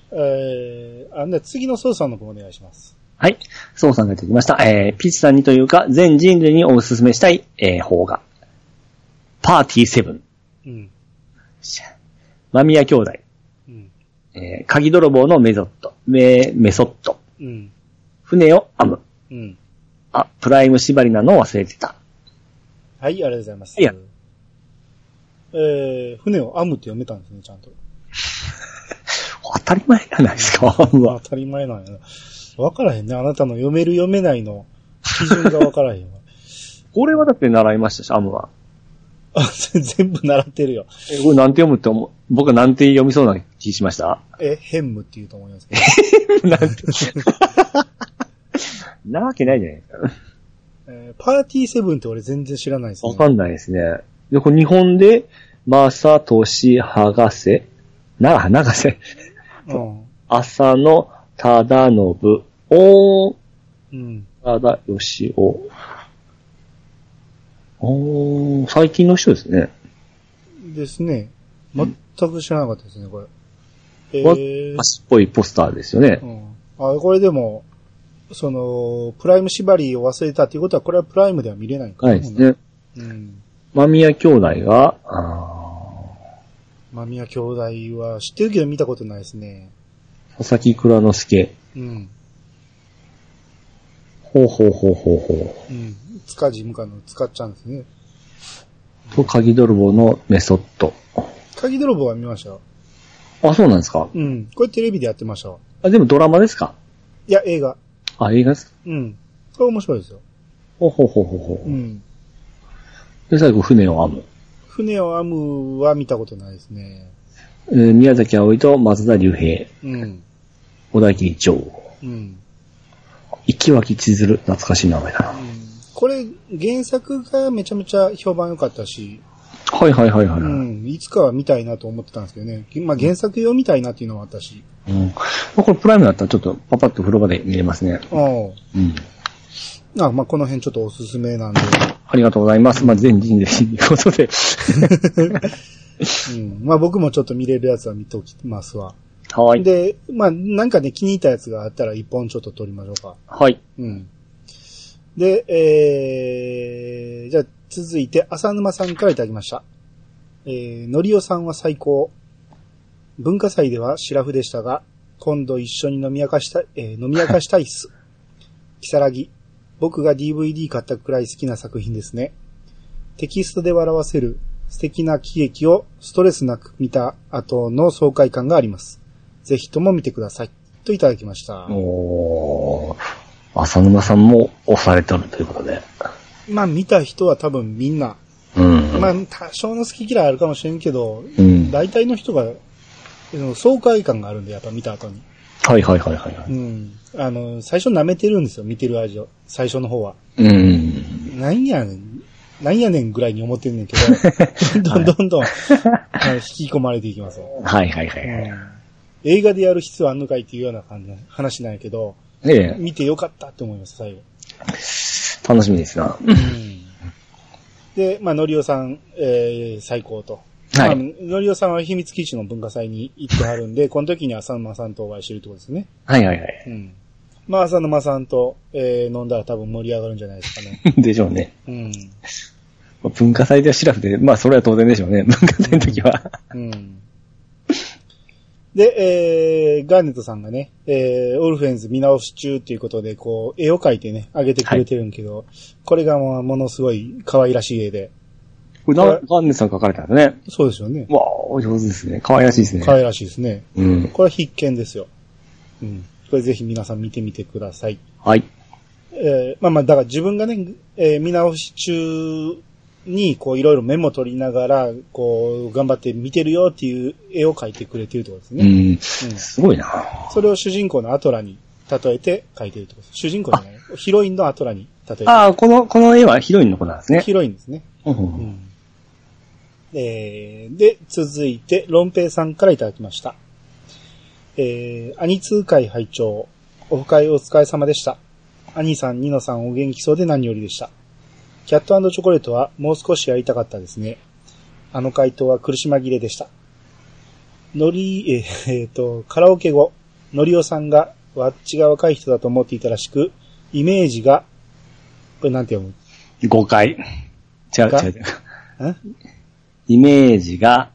次の操作の方お願いします。 はい。操作が出てきました。ピッチさんにというか、全人類にお勧めしたい、方が、パーティーセブン。間宮兄弟。鍵泥棒のメソッド。船を編む。プライム縛りなのを忘れてた。 はい、ありがとうございます。船を編むって読めたんですね、ちゃんと。 当たり前じゃないですか、編むは。 当たり前なんやな。わからへんね。あなたの読める読めないの基準がわからへんわ。 これはだって習いましたし、編むは。 全部習ってるよ。 これなんて読むって僕はなんて読みそうな気しました？ ヘンムって言うと思いますけど。なんて。なわけないじゃないですか。 パーティーセブンって俺全然知らないですね。 わかんないですね。で、これ日本で、正俊博士長瀬。浅野忠信。忠義夫。最近の人ですね。 ですね。全く知らなかったですね、これ。 昔っぽいポスターですよね。 これでも、プライム縛りを忘れたっていうことは、これはプライムでは見れないかな。 はいですね。間宮兄弟が、 間宮兄弟は知ってるけど見たことないですね。 佐々木蔵之介。ほう。 塚地武香の使っちゃうんですね。 と、鍵泥棒のメソッド。 鍵泥棒は見ましたよ。 そうなんですか？ これテレビでやってましたわ。 でもドラマですか？ いや、映画。 映画ですか？ これ面白いですよ。 ほう。で、最後、船を編む。 船を編むは見たことないですね。 宮崎葵と松田龍平。小田切丈。池脇千鶴、懐かしい名前だな。 これ、原作がめちゃめちゃ評判良かったし。 はい。 いつかは見たいなと思ってたんですけどね。まあ原作読みたいなっていうのもあったし。 これプライムだったらちょっとパパッと風呂場で見れますね。 まあこの辺ちょっとおすすめなんで。 ありがとうございます。全人類ということで。 僕もちょっと見れるやつは見ておきますわ。 はい。 で、なんかね、気に入ったやつがあったら一本ちょっと撮りましょうか。 はい。 で、じゃあ続いて浅沼さんからいただきました。のりおさんは最高。文化祭ではシラフでしたが、今度一緒に飲み明かしたいっす。キサラギ。僕が DVD 買ったくらい好きな作品ですね。テキストで笑わせる素敵な喜劇をストレスなく見た後の爽快感があります。ぜひとも見てください。といただきました。 浅沼さんも押されてるということで。 見た人は多分みんな。多少の好き嫌いあるかもしれんけど、大体の人が爽快感があるんで、やっぱ見た後に。 はい。 最初舐めてるんですよ、見てる味を。最初の方は。なんやねんぐらいに思ってんねんけど、どんどん引き込まれていきますよ。 はい。 映画でやる必要あんのかいっていうような話なんやけど、見てよかったって思います、最後。 楽しみですな。 で、のりおさん、最高と。のりおさんは秘密基地の文化祭に行ってはるんで、この時に浅沼さんとお会いしてるってことですね。 はい。 浅沼さんと、飲んだら多分盛り上がるんじゃないですかね。 でしょうね。文化祭ではシラフで、それは当然でしょうね。文化祭の時は。 で、ガーネットさんがね、オルフェンズ見直し中っていうことで、こう、絵を描いてね、あげてくれてるんけど、これがものすごい可愛らしい絵で。 これガーネットさん描かれたんですね。 そうですよね。 わあ、お上手ですね。可愛らしいですね。 可愛らしいですね。 うん。 これは必見ですよ。うん。これぜひ皆さん見てみてください。 はい。 だから自分がね、見直し中に、こういろいろメモ取りながら、こう、頑張って見てるよっていう絵を描いてくれてるってことですね。 すごいな。 それを主人公のアトラに例えて描いてるってことです。主人公じゃない。ヒロインのアトラに例えて。 ああ、この絵はヒロインの子なんですね。 ヒロインですね。で、続いて、ロンペイさんからいただきました。兄通会拝聴オフ会お疲れ様でした。兄さん、ニノさんお元気そうで何よりでした。キャット&チョコレートはもう少しやりたかったですね。あの回答は苦し紛れでした。カラオケ後、のりおさんがわっちが若い人だと思っていたらしく、イメージが、これなんて読む？ 誤解。違う。イメージが、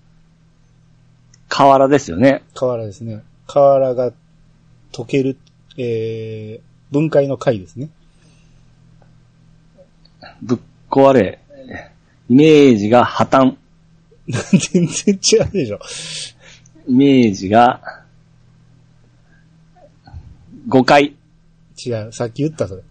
河原ですよね。 河原ですね。河原が溶ける、分解の解ですね。 ぶっ壊れ、イメージが破綻。 全然違うでしょ。 イメージが、誤解。 違う。さっき言ったそれ。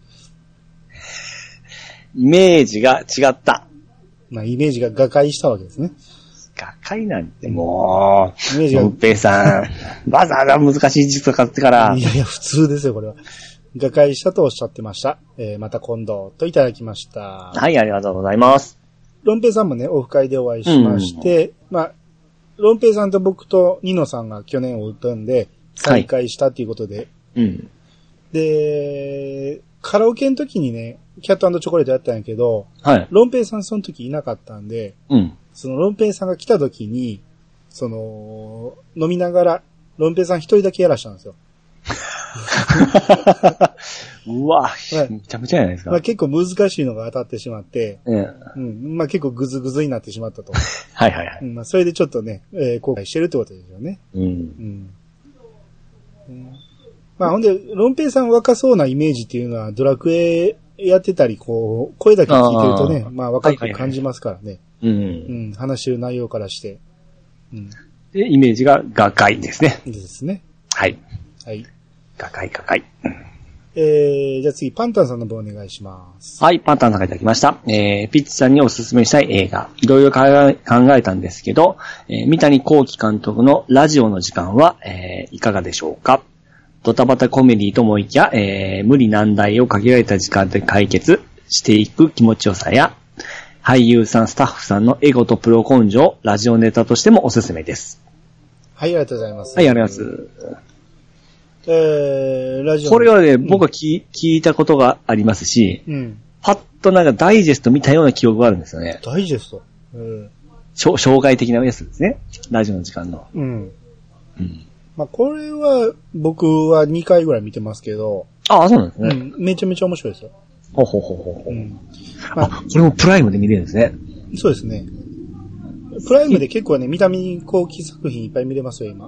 イメージが違った。 まあ、イメージが瓦解したわけですね。 瓦解なんてもう、 イメージが。 のっぺいさん、わざわざ難しい字使ってから。 いや、普通ですよ、これは。瓦解したとおっしゃってました。また今度といただきました。 はい、ありがとうございます。 ロンペイさんもね、オフ会でお会いしまして、ロンペイさんと僕とニノさんが去年を打ったんで、再会したっていうことで。で、カラオケの時にね、キャット&チョコレートやったんやけど、ロンペイさんその時いなかったんで、そのロンペイさんが来た時に、飲みながら、ロンペイさん一人だけやらしたんですよ。 うわ、めちゃめちゃじゃないですか。 結構難しいのが当たってしまって、結構グズグズになってしまったと。それでちょっとね、後悔してるってことですよね。ほんで、ロンペイさん若そうなイメージっていうのは、ドラクエやってたり、こう、声だけ聞いてるとね、若く感じますからね。話してる内容からして。 で、イメージが瓦解ですね。 ですね。 はい。瓦解。 じゃあ次、パンタンさんの方お願いします。 はい、パンタンさんからいただきました。ピッチさんにおすすめしたい映画、いろいろ考えたんですけど、三谷幸喜監督のラジオの時間は、いかがでしょうか。ドタバタコメディと思いきや、無理難題を限られた時間で解決していく気持ちよさや、俳優さん、スタッフさんのエゴとプロ根性、ラジオネタとしてもおすすめです。 はい、ありがとうございます。 はい、ありがとうございます。 ラジオ。 これはね、僕は聞いたことがありますし、パッとなんかダイジェスト見たような記憶があるんですよね。 ダイジェスト障害的なやつですね。ラジオの時間の。 これは、僕は2回ぐらい見てますけど。 ああ、そうなんですね。 めちゃめちゃ面白いですよ。 これもプライムで見れるんですね。 そうですね。プライムで結構ね、三谷幸喜作品いっぱい見れますよ、今。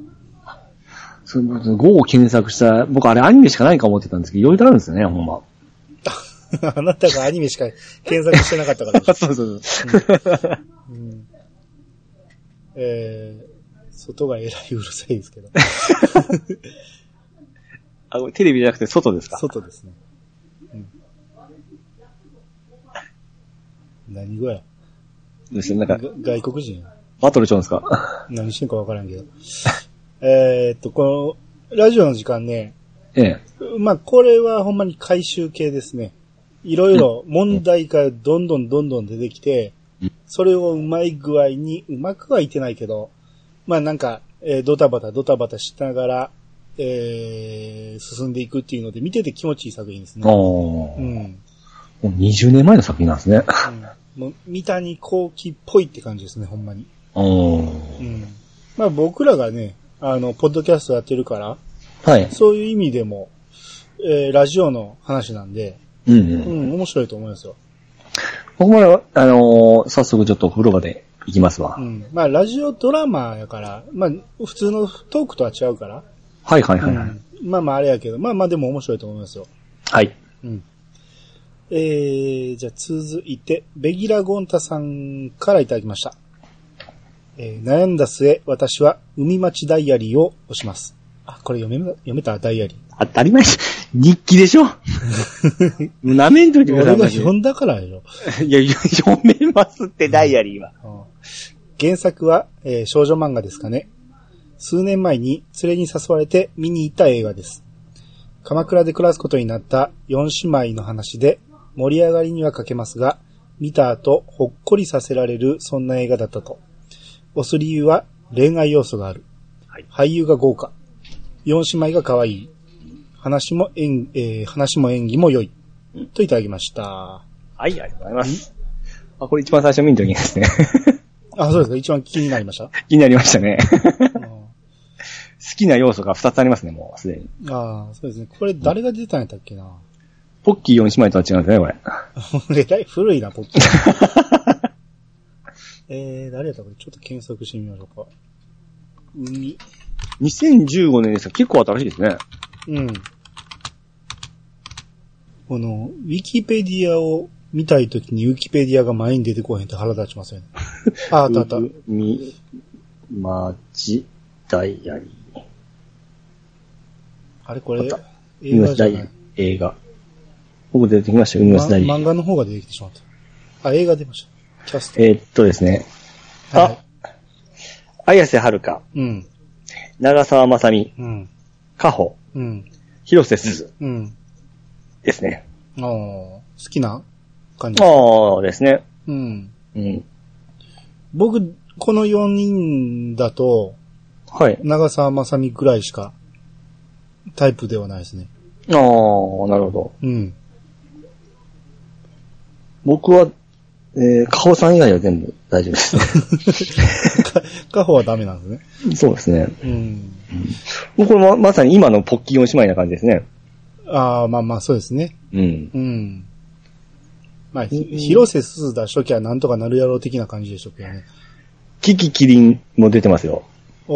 5を検索したら、僕あれアニメしかないか思ってたんですけど、いろいろあるんですよね、ほんま。 あなたがアニメしか検索してなかったから。 そう。 外がえらいうるさいですけど。 テレビじゃなくて外ですか？ 外ですね。何語や？ どうしてなんか外国人や。 バトルちゃうんですか？ 何してんかわからんけど。この、ラジオの時間ね。これはほんまに回収系ですね。いろいろ問題がどんどん出てきて、それをうまい具合に、うまくはいってないけど、ドタバタしながら、進んでいくっていうので、見てて気持ちいい作品ですね。 もう20年前の作品なんですね。 もう三谷幸喜っぽいって感じですね、ほんまに。僕らがね、ポッドキャストやってるから、そういう意味でも、ラジオの話なんで、面白いと思いますよ。 僕も早速ちょっと風呂場でいきますわ。 うん。まあ、ラジオドラマやから、まあ、普通のトークとは違うから。 はいはいはい、はい。 まあまああれやけど、まあまあでも面白いと思いますよ。 はい。 うん。じゃあ続いて、ベギラ・ゴンタさんからいただきました。悩んだ末、私は海町ダイアリーを押します。あ、これ読めたダイアリー。 当たり前日記でしょなめんといてください。 俺が読んだからでしょ。 いや、読めますってダイアリーは。 原作は、少女漫画ですかね。数年前に連れに誘われて見に行った映画です。鎌倉で暮らすことになった4姉妹の話で盛り上がりには欠けますが、見た後ほっこりさせられるそんな映画だったと。押す理由は恋愛要素がある。はい、俳優が豪華。4姉妹が可愛い。話も演技も良い。といただきました。 はい、ありがとうございます。あ、これ一番最初見るときですね。 あ、そうですか。一番気になりました気になりましたね。好きな要素が2つありますね、もうすでに。 ああ、そうですね。これ誰が出たんやったっけな。 ポッキー4姉妹とは違うんですね、これ。古いな、ポッキー。誰やったかちょっと検索してみましょうか。 2015年ですが、結構新しいですね。 うん。この、ウィキペディアを見たいときにウィキペディアが前に出てこへんって腹立ちますよね。あった。 マジダイアリー。 あれこれ、 映画じゃない。映画。僕出てきましたよ、海町ダイアリー。 漫画の方が出てきてしまった。あ、映画出ました。キャスト。ですね。 はい、 綾瀬はるか。 うん。 長澤まさみ。 うん。 かほ。 うん。 広瀬すず。 うん。 ですね。 好きな感じですね。 うん。 うん。 僕、この4人だと、 はい。 長澤まさみくらいしかタイプではないですね。 なるほど。 うん。 僕は、カホさん以外は全部大丈夫です。 カホはダメなんですね。そうですね。 うん。 これまさに今のポッキー4姉妹な感じですね。 ああ、まあまあそうですね。 うん。 うん。まあ、広瀬すず出しときゃなんとかなるやろう的な感じでしょうけどね。 キキキリンも出てますよ。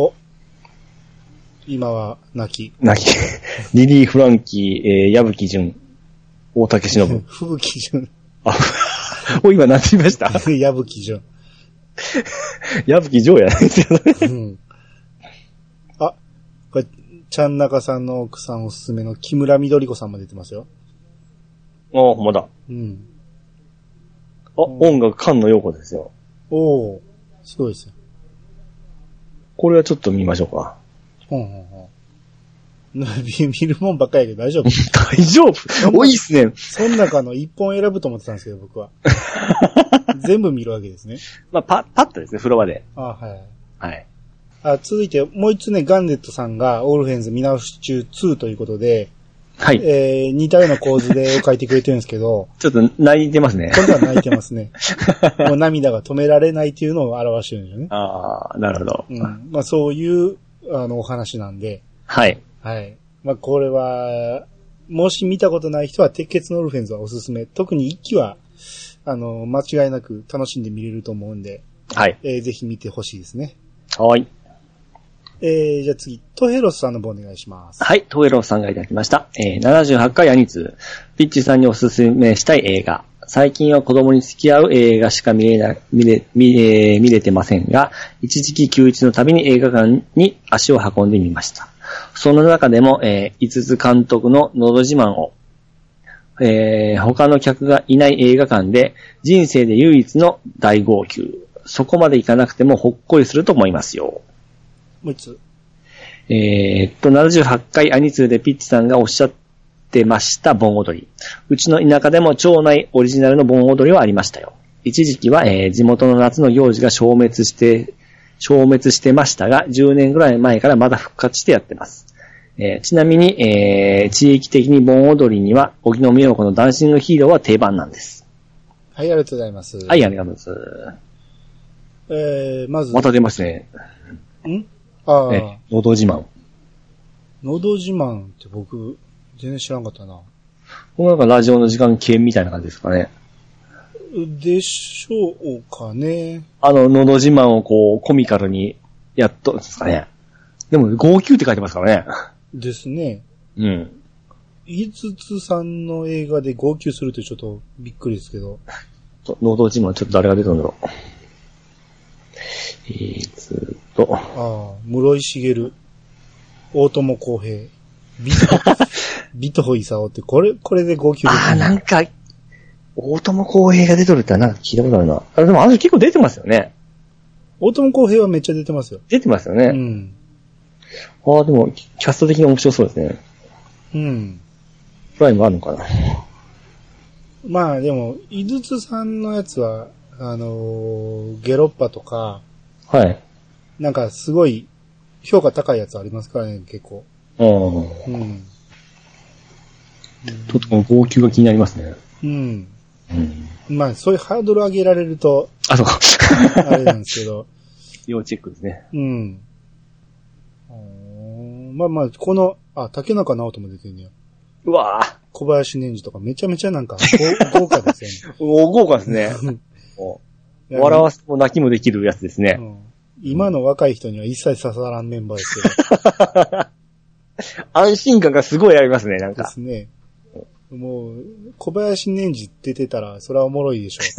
今は泣き。 リリー・フランキー、矢吹淳、大竹しのぶ。 吹雪淳。 今何て言いました矢吹淳。 矢吹淳やないですよね。うん。 これ、ちゃんなかさんの奥さんおすすめの木村みどり子さんも出てますよ。 ほんまだ。 うん。 音楽、菅野陽子ですよ。 すごいですよ。 これはちょっと見ましょうか。 見るもんばっかりやけど大丈夫大丈夫多いっすね。 その中の一本選ぶと思ってたんですけど、僕は。全部見るわけですね。 まあ、パッとですね、風呂場で。 はい。 はい。 続いて、もう一つね、ガンネットさんがオールフェンズ見直し中2ということで、 はい。 似たような構図で絵を描いてくれてるんですけど、 ちょっと泣いてますね。 今度は泣いてますね。もう涙が止められないっていうのを表してるんですよね。 ああ、なるほど。 うん。まあそういう、お話なんで。 はい。 はい。まあこれは、もし見たことない人は鉄血のオルフェンズはおすすめ。特に1期は、間違いなく楽しんで見れると思うんで。 はい。 ぜひ見てほしいですね。 はい。 じゃあ次、トヘロスさんの方お願いします。 はい、トヘロスさんがいただきました。78回アニツー。ピッチさんにおすすめしたい映画。最近は子供に付き合う映画しか見れてませんが、一時期休日のたびに映画館に足を運んでみました。その中でも、五つ監督ののど自慢を、他の客がいない映画館で人生で唯一の大号泣。そこまでいかなくてもほっこりすると思いますよ。 もう一つ。 78回アニツーでピッチさんがおっしゃってました盆踊り。うちの田舎でも町内オリジナルの盆踊りはありましたよ。一時期は、地元の夏の行事が消滅してましたが、10年ぐらい前からまだ復活してやってます。ちなみに、地域的に盆踊りには、荻野目洋子のダンシングヒーローは定番なんです。 はい、ありがとうございます。 はい、ありがとうございます。 まず。 また出ますね。のど自慢。 のど自慢って僕、全然知らんかったな。 このなんかラジオの時間系みたいな感じですかね。 でしょうかね。 のど自慢をこう、コミカルにやっとですかね。でも、号泣って書いてますからね。 ですね。 うん。 井筒さんの映画で号泣するってちょっとびっくりですけど。 のど自慢ちょっと誰が出たんだろう。 室井茂、大友康平、尾藤勲って、これで号泣ですね。 なんか、大友康平が出とるってなんか聞いたことあるな。でも結構出てますよね。 大友康平はめっちゃ出てますよ。 出てますよね。 うん。 でも、キャスト的に面白そうですね。 うん。 プライムあるのかな。 まあでも、井筒さんのやつは、ゲロッパとか、 はい。 なんかすごい評価高いやつありますからね、結構。うん。 とっても号泣が気になりますね。 うん。まあ、そういうハードル上げられると、 そうか。 あれなんですけど。 要チェックですね。 うん。まあ、この、竹中直人も出てるね。 うわぁ。 小林年次とかめちゃめちゃなんか豪華ですよね。 豪華ですね。笑わすも泣きもできるやつですね。 今の若い人には一切刺さらんメンバーですけど。 安心感がすごいありますね、なんか。 ですね。もう、小林年次出てたら、それはおもろいでしょ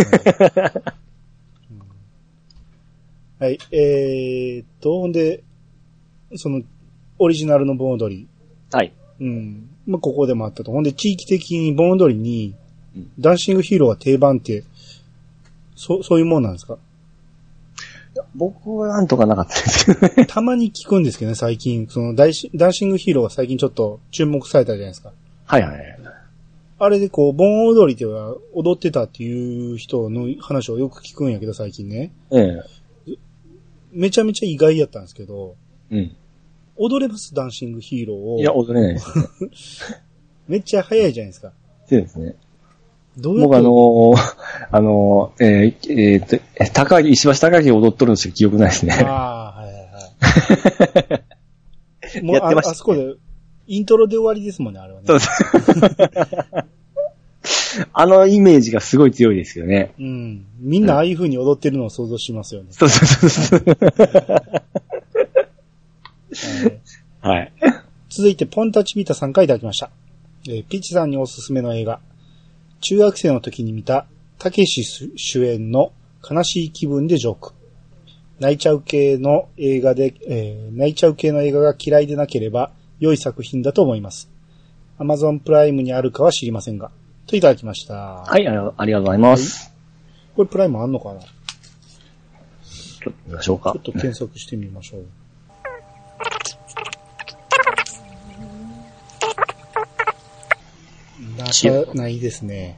う。はい、ほんで、オリジナルの盆踊り。 はい。 まあ、ここでもあったと。ほんで、地域的に盆踊りに、ダンシングヒーローが定番って、そういうもんなんですか？ 僕はなんとかなかったですけどね。 たまに聞くんですけどね、最近。ダンシングヒーローが最近ちょっと注目されたじゃないですか。 はいはい。 あれでこう、盆踊りでは踊ってたっていう人の話をよく聞くんやけど、最近ね。めちゃめちゃ意外やったんですけど。踊れます？ダンシングヒーローを。 いや、踊れないです、ね。 めっちゃ早いじゃないですか。 そうですね。 どうやって？ 僕石橋貴明踊っとるのしか記憶ないですね。 はいはい。もうやってました、ね。あそこで、イントロで終わりですもんね、あれはね。そうです。 イメージがすごい強いですよね。 みんなああいう風に踊ってるのを想像しますよね。 そう。はい。 続いて、ポンタチビタさんからいただきました。ピッチさんにおすすめの映画。中学生の時に見た、たけし主演の悲しい気分でジョーク。泣いちゃう系の映画が嫌いでなければ良い作品だと思います。Amazon プライムにあるかは知りませんが。といただきました。 はい、ありがとうございます。はい、 これプライムあんのかな？ ちょっと見ましょうか。 ちょっと検索してみましょう。ないですね。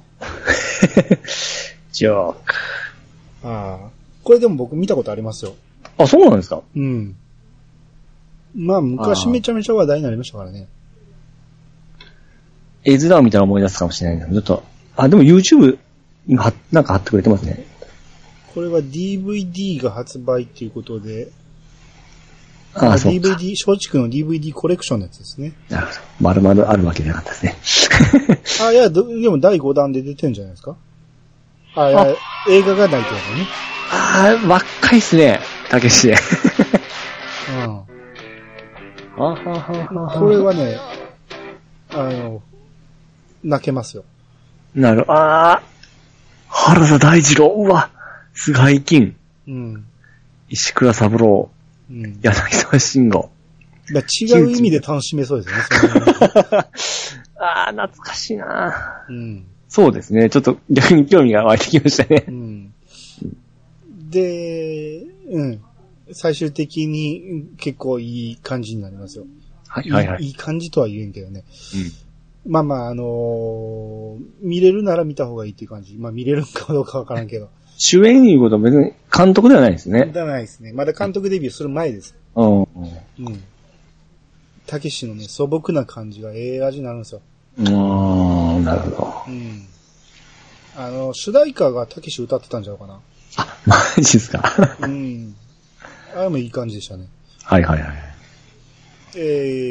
ジョーク。 これでも僕見たことありますよ。 あ、そうなんですか？ まあ、昔めちゃめちゃ話題になりましたからね。 絵面を見たら思い出すかもしれないけど、ちょっと、でも YouTube 今なんか貼ってくれてますね。 これは DVD が発売っていうことで、 DVD、 松竹の DVD コレクションのやつですね。 なるほど。丸々あるわけじゃなかったですね。 いや、でも第5弾で出てんじゃないですか？いや、映画がないってことね。若いっすね。たけしで。 これはね、泣けますよ。 なる。原田大二郎、うわ、菅井金。石倉三郎。柳沢慎吾。 違う意味で楽しめそうですね。 懐かしいな。そうですね。ちょっと逆に興味が湧いてきましたね。 で、最終的に結構いい感じになりますよ。いい感じとは言えんけどね。まあまあ、見れるなら見た方がいいっていう感じ。まあ見れるかどうかわからんけど。 主演いうことは別に監督ではないですね。 ではないですね。まだ監督デビューする前です。たけしのね、素朴な感じが味になるんですよ。 なるほど。主題歌がたけし歌ってたんちゃうかな。 マジですか。 あれもいい感じでしたね。 はい。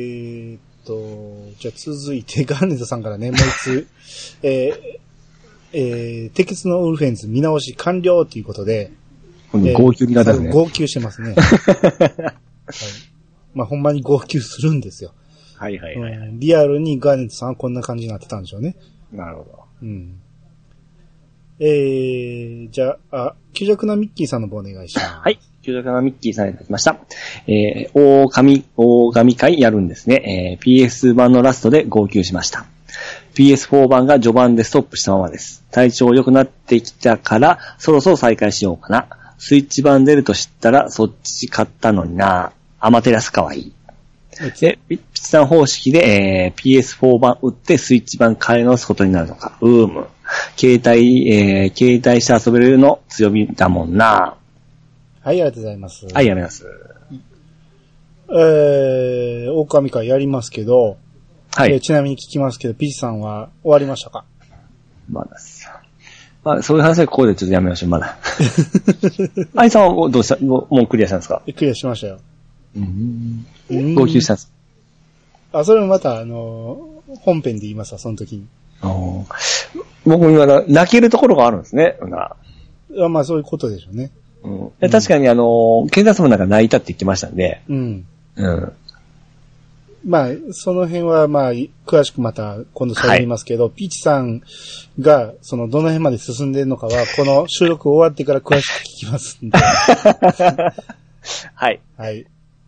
じゃあ続いてガンネットさんからね、もう一つ、 テキストのウルフェンズ見直し完了ということで、 号泣になったね。 号泣してますね。はい、まあ、ほんまに号泣するんですよ。 はいはいはい、はいリアルにガーネットさんはこんな感じになってたんでしょうね。 なるほど。 うん。じゃあ、キュジャクなミッキーさんの方お願いします。 はい。キュジャクなミッキーさんいただきました。狼会やるんですね。PS 版のラストで号泣しました。PS4 版が序盤でストップしたままです。体調良くなってきたから、そろそろ再開しようかな。スイッチ版出ると知ったら、そっち買ったのにな。アマテラスかわいい。で、ピッチさん方式で、PS4 版売ってスイッチ版買い直すことになるのか。携帯して遊べるの強みだもんな。 はい、ありがとうございます。 はい、やめます。 狼会やりますけど、はい。ちなみに聞きますけど、ピチさんは終わりましたか？ まださ。まあ、そういう話はここでちょっとやめましょう、まだ。アイさんはどうした？もうクリアしたんですか？ クリアしましたよ。 号泣したんです。 それもまた、本編で言いますわ、その時に。 僕も今、泣けるところがあるんですね。 まあ、そういうことでしょうね。 確かに、警察もなんか泣いたって言ってましたんで。 まあ、その辺は、まあ、詳しくまた今度喋りますけど、はい、ピーチさんが、どの辺まで進んでるのかは、この収録終わってから詳しく聞きますんで。 はい。 はい。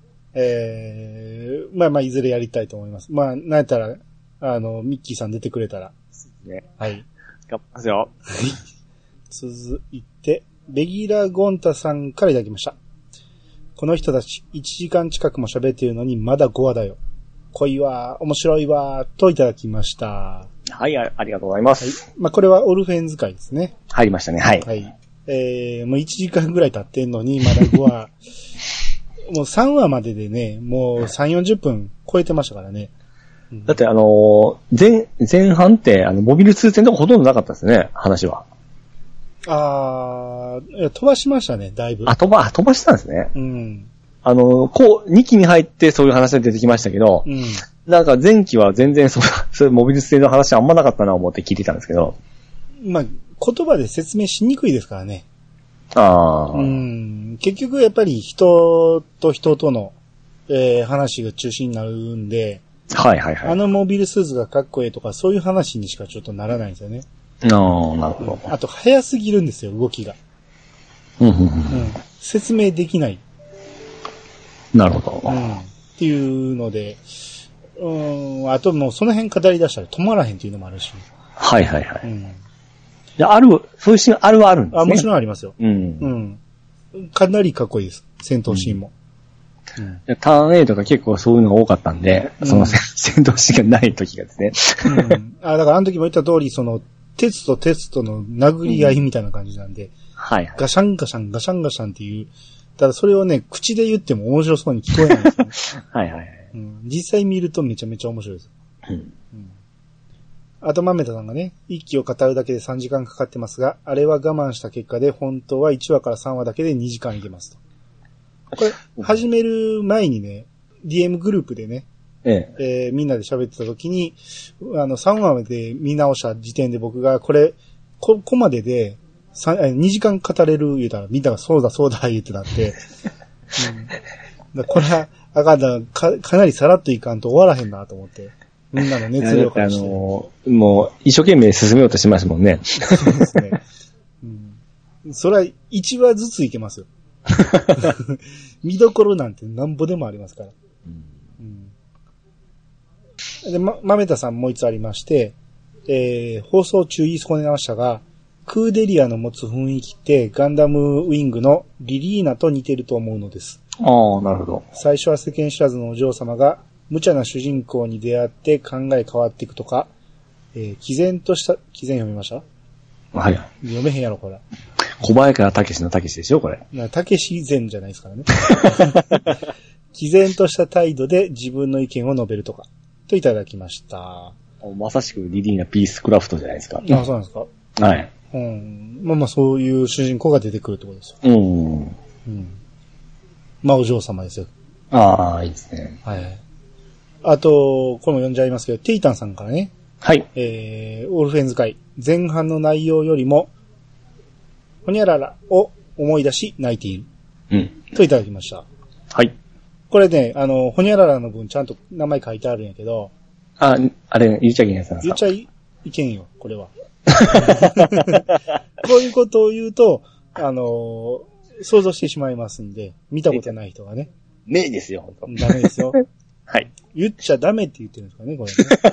まあまあ、いずれやりたいと思います。まあ、なんやったら、ミッキーさん出てくれたら。 ね。 はい。 頑張りますよ。はい。 続いて、レギュラーゴンタさんからいただきました。この人たち、1時間近くも喋っているのに、まだ5話だよ。濃いわ、面白いわ、といただきました。 はい、ありがとうございます。 はい。まあ、これはオルフェンズ会ですね。 入りましたね、はい。 はい。もう1時間ぐらい経ってんのに、まだ5話、もう3話まででね、もう3、40分超えてましたからね。 だって前半って、モビル通天とかほとんどなかったですね、話は。 飛ばしましたね、だいぶ。 飛ばしたんですね。 うん。 2期に入ってそういう話が出てきましたけど、なんか前期は全然そういうモビルステの話あんまなかったなと思って聞いてたんですけど。 まあ、言葉で説明しにくいですからね。結局やっぱり人と人との、話が中心になるんで、 はいはいはい。 モビルスーツがかっこいいとかそういう話にしかちょっとならないんですよね。 なるほど。 あと早すぎるんですよ、動きが。説明できない。 なるほど。 っていうので、あともうその辺語り出したら止まらへんっていうのもあるし。 はいはいはい。そういうシーンあるんですね。 もちろんありますよ。かなりかっこいいです。戦闘シーンも。 ターン A とか結構そういうのが多かったんで、その戦闘シーンがない時がですね。 だからあの時も言った通り、鉄と鉄との殴り合いみたいな感じなんで、ガシャンガシャンガシャンガシャンっていう、ただそれをね、口で言っても面白そうに聞こえないんですよね。 はいはい。 実際見るとめちゃめちゃ面白いです。あと、豆田さんがね、一期を語るだけで3時間かかってますが、あれは我慢した結果で、本当は1話から3話だけで2時間いけますと。これ、始める前にね、DM グループでね、みんなで喋ってた時に、3話まで見直した時点で僕が、ここまでで2時間語れる言うたら、みんながそうだそうだ言ってなって、これは、あかんだ、かなりさらっといかんと終わらへんなと思って。みんなの熱量からして。 もう、一生懸命進めようとしますもんね。 そうですね。それは1話ずついけますよ。見どころなんてなんぼでもありますから。で、豆田さんもう一つありまして、放送中言い損ねましたが、クーデリアの持つ雰囲気ってガンダムウィングのリリーナと似てると思うのです。 なるほど。 最初は世間知らずのお嬢様が無茶な主人公に出会って考え変わっていくとか、毅然読みました？ はい。 読めへんやろ、これ。 小早川武史の武史でしょ、これ。 武史前じゃないですからね。毅然とした態度で自分の意見を述べるとか、といただきました。 まさしくリリーナピースクラフトじゃないですか。 そうなんですか？ はい。 まあそういう主人公が出てくるってことですよ。まあお嬢様ですよ。 いいですね。 はい。あと、これも読んじゃいますけど、テイタンさんからね。 はい。 オールフェンズ会、前半の内容よりも、ほにゃららを思い出し泣いている。 うん。 といただきました。 はい。 これね、ほにゃららの分ちゃんと名前書いてあるんやけど。 あれ、言っちゃいけないやつなんですか？ 言っちゃいけんよ、これは。こういうことを言うと、想像してしまいますんで、見たことない人がね。 ねえですよ、本当。ダメですよ。 はい。 言っちゃダメって言ってるんですかね、こ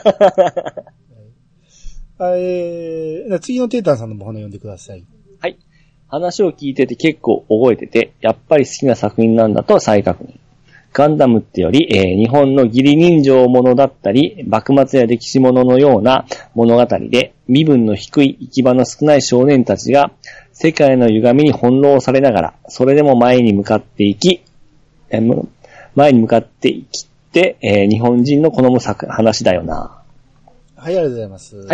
れね。次のテータンさんのもの読んでください。 はい。話を聞いてて結構覚えてて、やっぱり好きな作品なんだと再確認。ガンダムってより、日本の義理人情ものだったり、幕末や歴史もののような物語で、身分の低い行き場の少ない少年たちが、世界の歪みに翻弄されながら、それでも前に向かっていき、て、日本人の好む話だよな。 はい、ありがとうございます。 はい。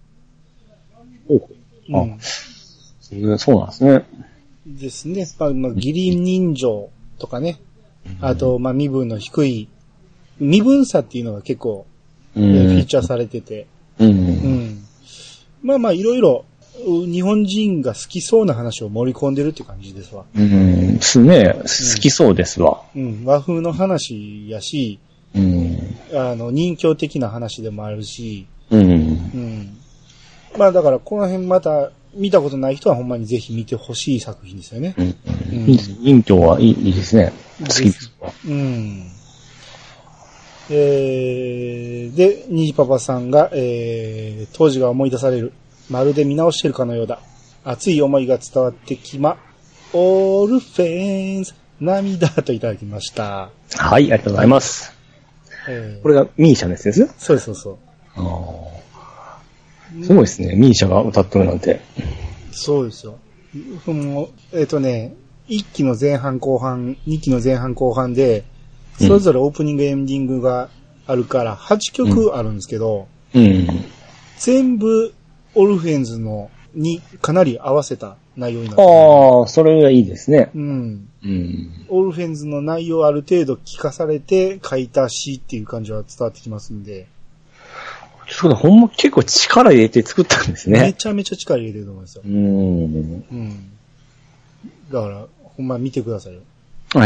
そうなんですね。 ですね。義理人情とかね。あと、身分の低い、身分差っていうのが結構、フィーチャーされてて。いろいろ、日本人が好きそうな話を盛り込んでるって感じですわ。 ですね。好きそうですわ。 和風の話やし、人形的な話でもあるし、だからこの辺また見たことない人はほんまにぜひ見てほしい作品ですよね。 人形はいいですね。好きですわ。 で、ニジパパさんが、当時が思い出される。まるで見直しているかのようだ。熱い思いが伝わってきオールフェンズ、涙といただきました。 はい、ありがとうございます。これがミーシャのやつです？ そうそうそう。 すごいですね。ミーシャが歌っとるなんて。 そうですよ。1期の前半後半、2期の前半後半で、それぞれオープニングエンディングがあるから、8曲あるんですけど、全部、オルフェンズにかなり合わせた内容になってる。 ああ、それがいいですね。 オルフェンズの内容をある程度聞かされて書いた詩っていう感じは伝わってきますんで。 そうだ、ほんま結構力入れて作ったんですね。 めちゃめちゃ力入れてると思いますよ。だから、ほんま見てくださいよ。 はい。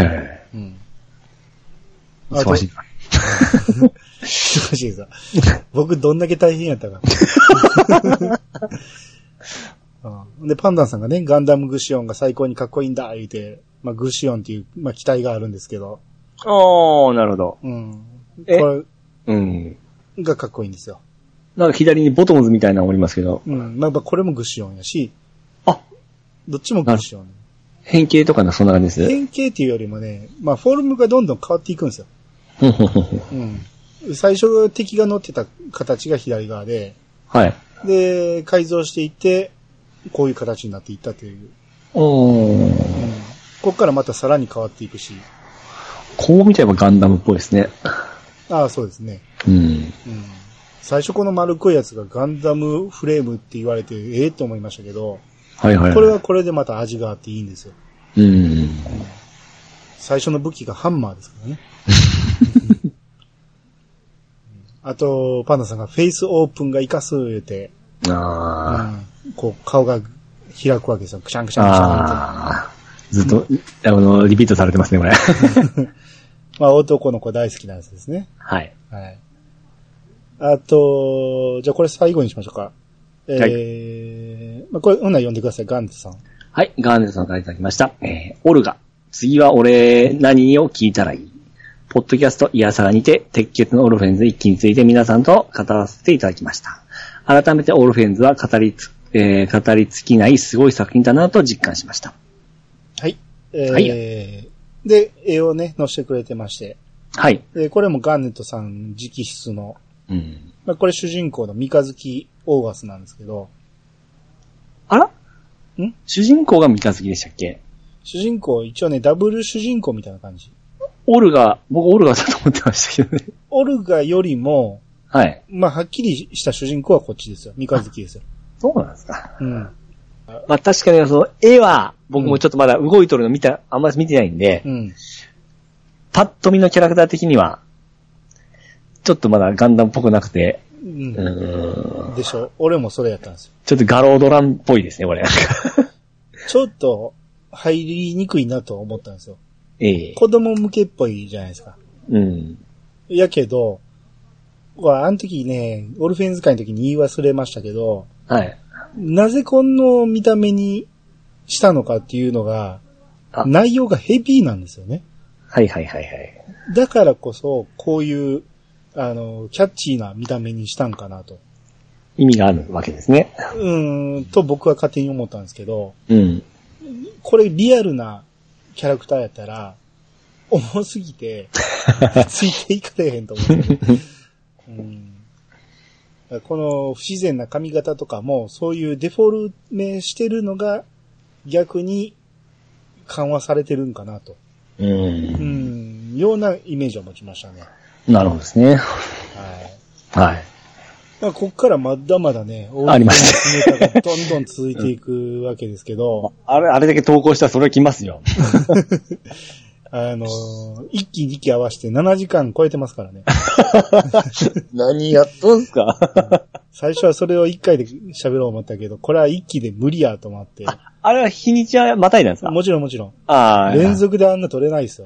忙しいか。 忙しいさ。僕どんだけ大変やったか。で、パンダンさんがね、ガンダムグシオンが最高にかっこいいんだ、言うて、グシオンっていう、期待があるんですけど。 なるほど。 これ、がかっこいいんですよ。 なんか左にボトムズみたいなのおりますけど。 これもグシオンやし、どっちもグシオン。 変形とかのそんな感じです？ 変形っていうよりもね、フォルムがどんどん変わっていくんですよ。最初敵が乗ってた形が左側で、で、改造していって、こういう形になっていったという。ここからまたさらに変わっていくし。 こう見てばガンダムっぽいですね。 そうですね。最初この丸っこいやつがガンダムフレームって言われて、と思いましたけど、これはこれでまた味があっていいんですよ。最初の武器がハンマーですからね。あと、パンダさんがフェイスオープンが活かす言うて、こう顔が開くわけですよ。クシャンクシャンクシャンって。 ずっと、リピートされてますね、これ。 男の子大好きなやつですね。 はい。 あと、じゃあこれ最後にしましょうか。これ、ほんなら読んでください、ガンネさん。 はい、ガンネさんからいただきました。オルガ。次は俺、何を聞いたらいい？ポッドキャストイヤサガにて、鉄血のオルフェンズ一期について皆さんと語らせていただきました。改めてオルフェンズは語り尽きないすごい作品だなと実感しました。 はい。で、絵をね、載せてくれてまして。 はい。 これもガンネットさん直筆の。これ主人公の三日月オーガスなんですけど。 主人公が三日月でしたっけ？ 主人公、一応ね、ダブル主人公みたいな感じ。 僕オルガだと思ってましたけどね。 オルガよりも、 はい。 はっきりした主人公はこっちですよ。三日月ですよ。 そうなんですか。確かにその絵は、僕もちょっとまだ動いとるのあんまり見てないんで、パッと見のキャラクター的には、ちょっとまだガンダムっぽくなくて、 うん。でしょ。俺もそれやったんですよ。 ちょっとガロードランっぽいですね、これ。 ちょっと入りにくいなと思ったんですよ。子供向けっぽいじゃないですか。うん。やけど、あの時ね、オルフェンズ会の時に言い忘れましたけど、はい。なぜこの見た目にしたのかっていうのが、内容がヘビーなんですよね。はいはいはいはい。だからこそ、こういう、キャッチーな見た目にしたんかなと。 意味があるわけですね。 と僕は勝手に思ったんですけど、うん。これリアルなキャラクターやったら、重すぎて、ついていかれへんと思う、うん。この不自然な髪型とかも、そういうデフォルメしてるのが、逆に緩和されてるんかなと。ようなイメージを持ちましたね。 なるほどですね。はい。はい。 こっからまだまだね、 ありますね。ネタがどんどん続いていくわけですけど。 あれだけ投稿したらそれ来ますよ。 一期二期合わせて7時間超えてますからね。 何やっとんすか最初はそれを1回で喋ろう思ったけど、これは一期で無理やと思って。 あれは日にちはまたいなんですか？ もちろんもちろん。連続であんな取れないですよ。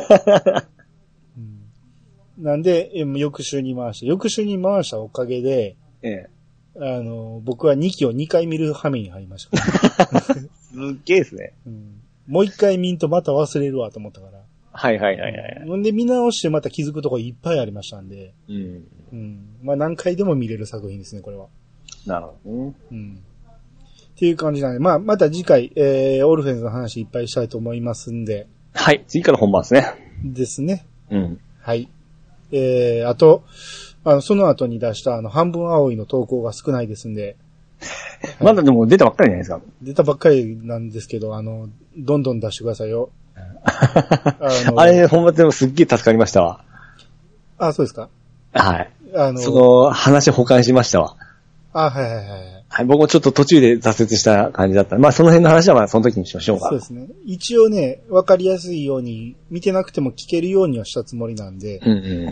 なんで、翌週に回したおかげで、僕は2期を2回見る羽目に入りました。 すっげえですね。 もう1回見んとまた忘れるわと思ったから。 はいはいはいはい。 で、見直してまた気づくとこいっぱいありましたんで。まあ何回でも見れる作品ですね、これは。 なるほどね。 っていう感じなんで、まあ、また次回、オルフェンズの話いっぱいしたいと思いますんで。 はい、次から本番ですね。 ですね。はい。あと、その後に出した半分青いの投稿が少ないですんで。 まだでも出たばっかりじゃないですか。 出たばっかりなんですけど、どんどん出してくださいよ。 あれ、ほんまでもすっげえ助かりましたわ。 そうですか？ はい。その話保管しましたわ。 はいはいはい。 はい、僕もちょっと途中で挫折した感じだった。まあその辺の話はまあその時にしましょうか。 そうですね。一応ね、わかりやすいように、見てなくても聞けるようにはしたつもりなんで。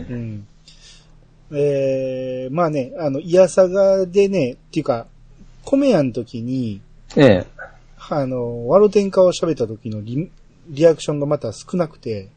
まあね、イヤサガでね、っていうか、コメヤの時に、ワロテンカを喋った時のリアクションがまた少なくて。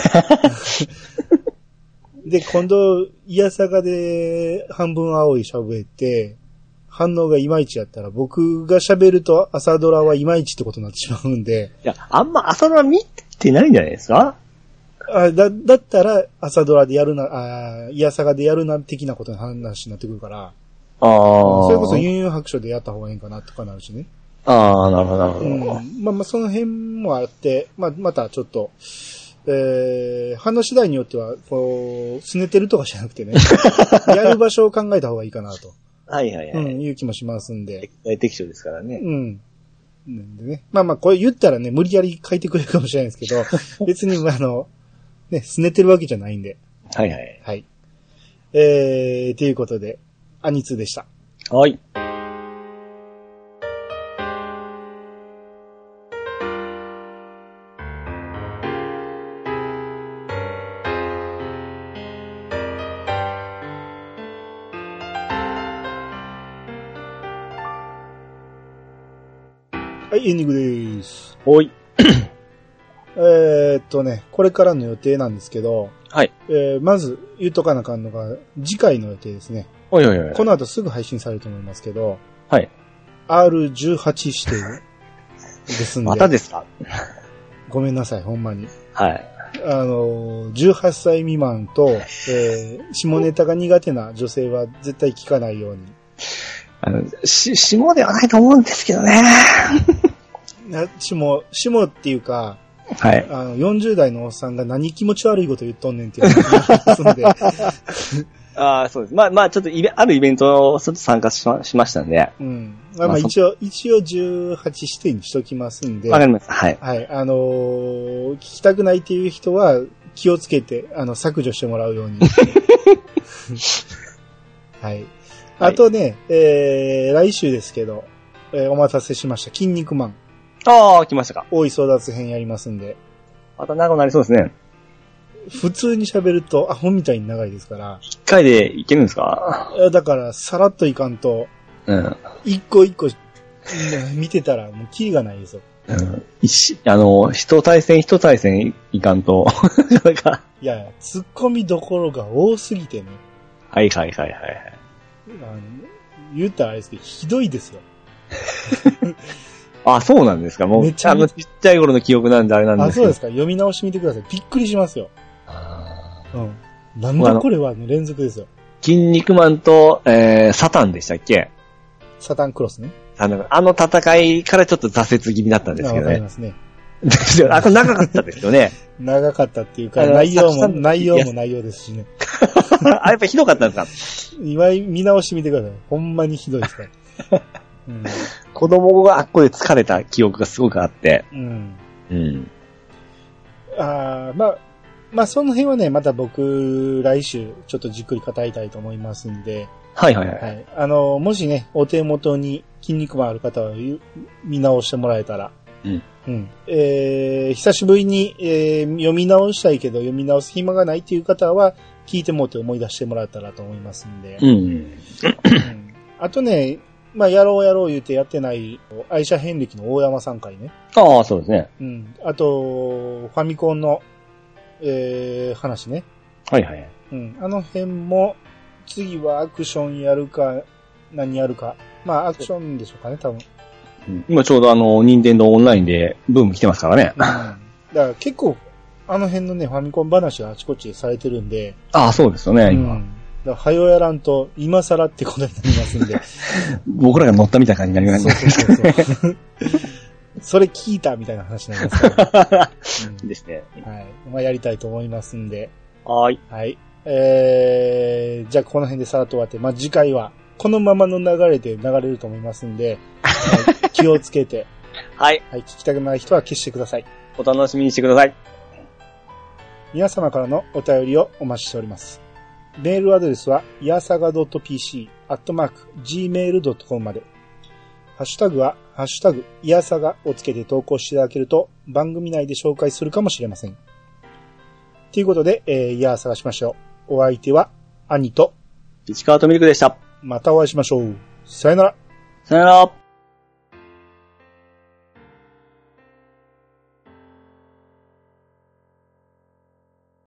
で、今度、イヤサガで半分青い喋って、反応がいまいちやったら、僕が喋ると朝ドラはいまいちってことになってしまうんで。 いや、あんま朝ドラ見てないんじゃないですか？ だったら、朝ドラでやるな、イヤサガでやるな、的なことの話になってくるから、それこそユンユン白書でやった方がいいんかな、とかなるしね。 なるほど、なるほど。 まあ、その辺もあって、またちょっと、反応次第によっては、こう、拗ねてるとかじゃなくてね、やる場所を考えた方がいいかなと。 はいはいはい。 いう気もしますんで。 適当ですからね。 なんでね。まあこれ言ったらね、無理やり書いてくれるかもしれないですけど、別にね、拗ねてるわけじゃないんで。 はいはい。 はい。ということで、アニツーでした。 はい。 はい、エンディングです。 はい。 これからの予定なんですけど、 はい。 まず言っとかなあかんのが、次回の予定ですね。 おいおいおい。 この後すぐ配信されると思いますけど、 はい。 R18 指定ですんで。 またですか？ ごめんなさい、ほんまに。 はい。 18歳未満と、下ネタが苦手な女性は絶対聞かないように。 下ではないと思うんですけどね。 下っていうか、 はい。 40代のおっさんが何気持ち悪いこと言っとんねんっていう話になりますんで。 そうです。まあ、ちょっとあるイベントをちょっと参加しましたんで。 一応18指定にしときますんで。 わかります。はい。 はい。聞きたくないっていう人は気をつけて、削除してもらうように。はい。あとね、来週ですけど、お待たせしました。筋肉マン。 来ましたか。 大井争奪編やりますんで。 また長くなりそうですね。 普通に喋るとアホみたいに長いですから。 一回でいけるんですか？ だから、さらっといかんと、一個一個見てたらもうキリがないですよ。 一対戦いかんと。 いや、突っ込みどころが多すぎてね。 はい。 言ったらあれですけど、ひどいですよ。 あ、そうなんですか。もう、ちっちゃい頃の記憶なんであれなんですけど。 あ、そうですか。読み直してみてください。びっくりしますよ。なんだこれは連続ですよ。 筋肉マンと、サタンでしたっけ？ サタンクロスね。 あの戦いからちょっと挫折気味だったんですけどね。 わかりますね。 あ、これ長かったですよね。 長かったっていうか、内容も内容ですしね。 あ、やっぱひどかったんですか？ 今見直してみてください。ほんまにひどいですから。 子供があっこで疲れた記憶がすごくあって。 まあ、その辺はね、また僕、来週、ちょっとじっくり語りたいと思いますんで。 はい。 もしね、お手元に筋肉マンある方は見直してもらえたら。久しぶりに、読み直したいけど読み直す暇がないっていう方は、聞いてもって思い出してもらえたらと思いますんで。あとね、まあ、やろう言うてやってない、愛車遍歴の大山さん回ね。 ああ、そうですね。 あと、ファミコンの、話ね。 はい。 あの辺も、次はアクションやるか、何やるか。まあ、アクションでしょうかね、多分。 今ちょうど任天堂オンラインでブーム来てますからね。 だから結構、あの辺のね、ファミコン話があちこちでされてるんで。 ああ、そうですよね、今。 だからはよやらんと、今更ってことになりますんで。 僕らが乗ったみたいな感じになりますね。 そうそれ聞いたみたいな話になりますから。 ですね。 はい。まあ、やりたいと思いますんで。 はい。 じゃあこの辺でさらっと終わって、まあ、次回は、このままの流れで流れると思いますんで、気をつけて。 はい。 聞きたくない人は消してください。 お楽しみにしてください。 皆様からのお便りをお待ちしております。メールアドレスは、やさが .pc@gmail.com まで。ハッシュタグは、ハッシュタグ、いやさがをつけて投稿していただけると、番組内で紹介するかもしれません。ということで、いやさがしましょう。お相手は、兄と、 市川とミルクでした。 またお会いしましょう。さよなら。 さよなら。